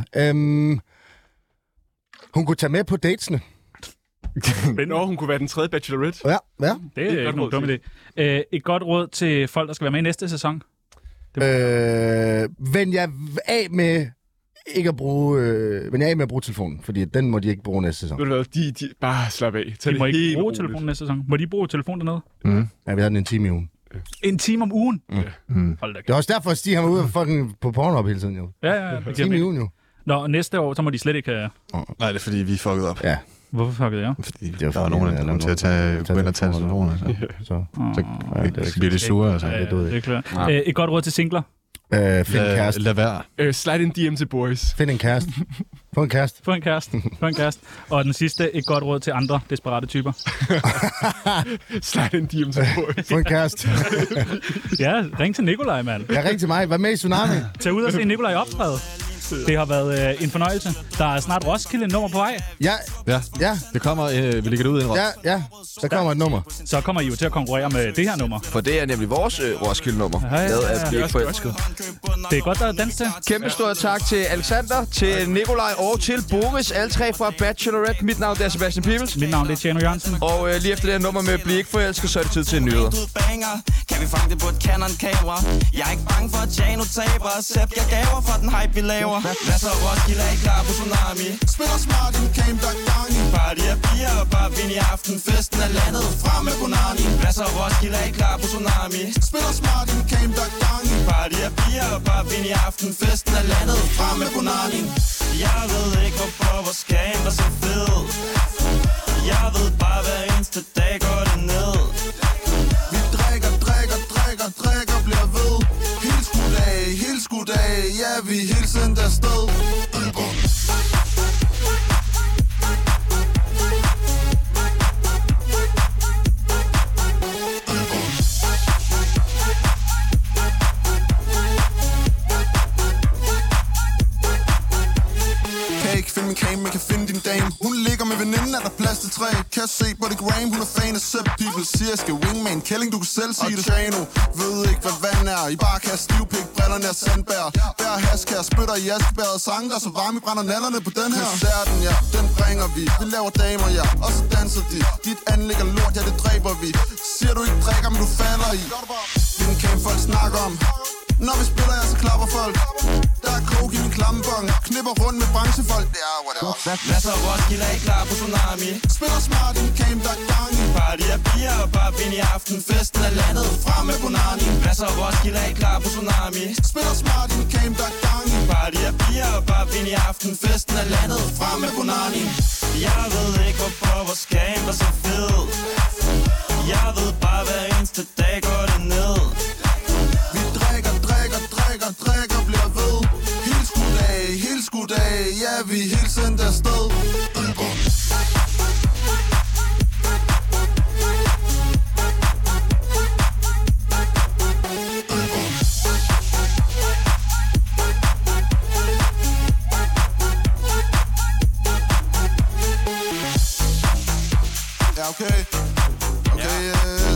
Hun kunne tage med på datesene. Nå, hun kunne være den tredje bachelorette. Ja. Det er ikke nogen dum idé. Et godt råd til folk, der skal være med i næste sæson? Vend jeg af med ikke at bruge, telefonen, fordi den må de ikke bruge næste sæson. Ved du hvad, de bare slap af. De må ikke bruge telefonen næste sæson. Må de bruge telefonen dernede? Ja, vi har den en time i ugen. En time om ugen? Hold da. Det er også derfor, at Stig har ude fucking på Pornhub hele tiden, jo. Ja. En time i ugen, jo. Nå, næste år, så må de slet ikke have... Nej, det er fordi, vi er fucket op. Ja. Hvorfor fuckede jeg? Fordi der var nogen, der kom til at gå ind og tage telefonen. Så bliver det sure. Altså. Ja, det er klart. Et godt råd til singler? Find en kæreste. Lad være. Slide en DM til boys. Find en kæreste. Få en kæreste. Og den sidste, et godt råd til andre desperate typer. Slide en DM til boys. Få en kæreste. Ja, ring til Nikolaj, mand. Ja, ring til mig. Vær med i Tsunami. Tag ud og se Nikolaj optræde. Det har været en fornøjelse. Der er snart Roskilde-nummer på vej. Ja. Det kommer, vi lægger det ud i en Ja. Der kommer et nummer. Så kommer I jo til at konkurrere med det her nummer. For det er nemlig vores Roskilde-nummer. Lavet af Blive Forelsket. Det er godt, der er dans til. Kæmpe stor tak til Alexander, til Nikolaj og til Boris. Alle tre fra Bachelorette. Mit navn er Sebastian Pibels. Mit navn er Tjano Jørgensen. Og lige efter det her nummer med Blive ikke forelsket, så er det tid til nyheder. Kan vi fange det på et Canon-kamera? Jeg er ikke bange for, at Tjano taber. Sepp, jeg gaver for den hype, vi laver. Masser af Roskilde er I klar på Tsunami. Spiller smart i en game, der gang i. Party af piger og bare vind i aften. Festen er landet frem med Bonani. Masser af Roskilde er I klar på Tsunami. Spiller smart i en game, der gang i. Party af piger og bare vind i aften. Festen er landet frem med Bonani. Jeg ved ikke hvorfor vores game er så fed. Jeg ved bare hver eneste dag går det ned. Vi drikker, bliver ved. Helt skud af, ja, vi er helt sendt afsted. Find min cam, man kan finde din dame. Hun ligger med veninden, er der plads til tre. Kan jeg se på det gram, hun er fan af Sepp. People siger, jeg skal wing med en kælling, du kan selv sige det. Tjano, ved ikke hvad vand er. I bare kan stivpik, brillerne er sandbær. Bær haskær, spytter i askebæret. Sange der så varme, I brænder nallerne på den her. Koncerten, ja, den bringer vi. Vi laver damer, ja, og så danser de. Dit anlæg er lort, ja, det dræber vi. Siger du ikke drikker, men du falder i. Hvilken cam folk snakker om. Når vi spiller, ja, så klapper folk. Der er coke i min klammebong. Knipper rundt med branchefolk. Ja, whatever. Masser af Roskilde er I klar på Tsunami. Spiller smart i en game, der er gang i. Party af piger og bare vind i aften. Festen er landet frem med Bonani. Masser af Roskilde er I klar på Tsunami. Spiller smart i en game, der er gang i. Party af piger og bare vind i aften. Festen er landet frem med Bonani. Jeg ved ikke hvorfor vores game er så fed. Jeg ved bare hver eneste dag går det ned. Vi drikker, bliver ved. Helt skud af, ja, vi er helt sendt afsted. Ja, okay. Okay,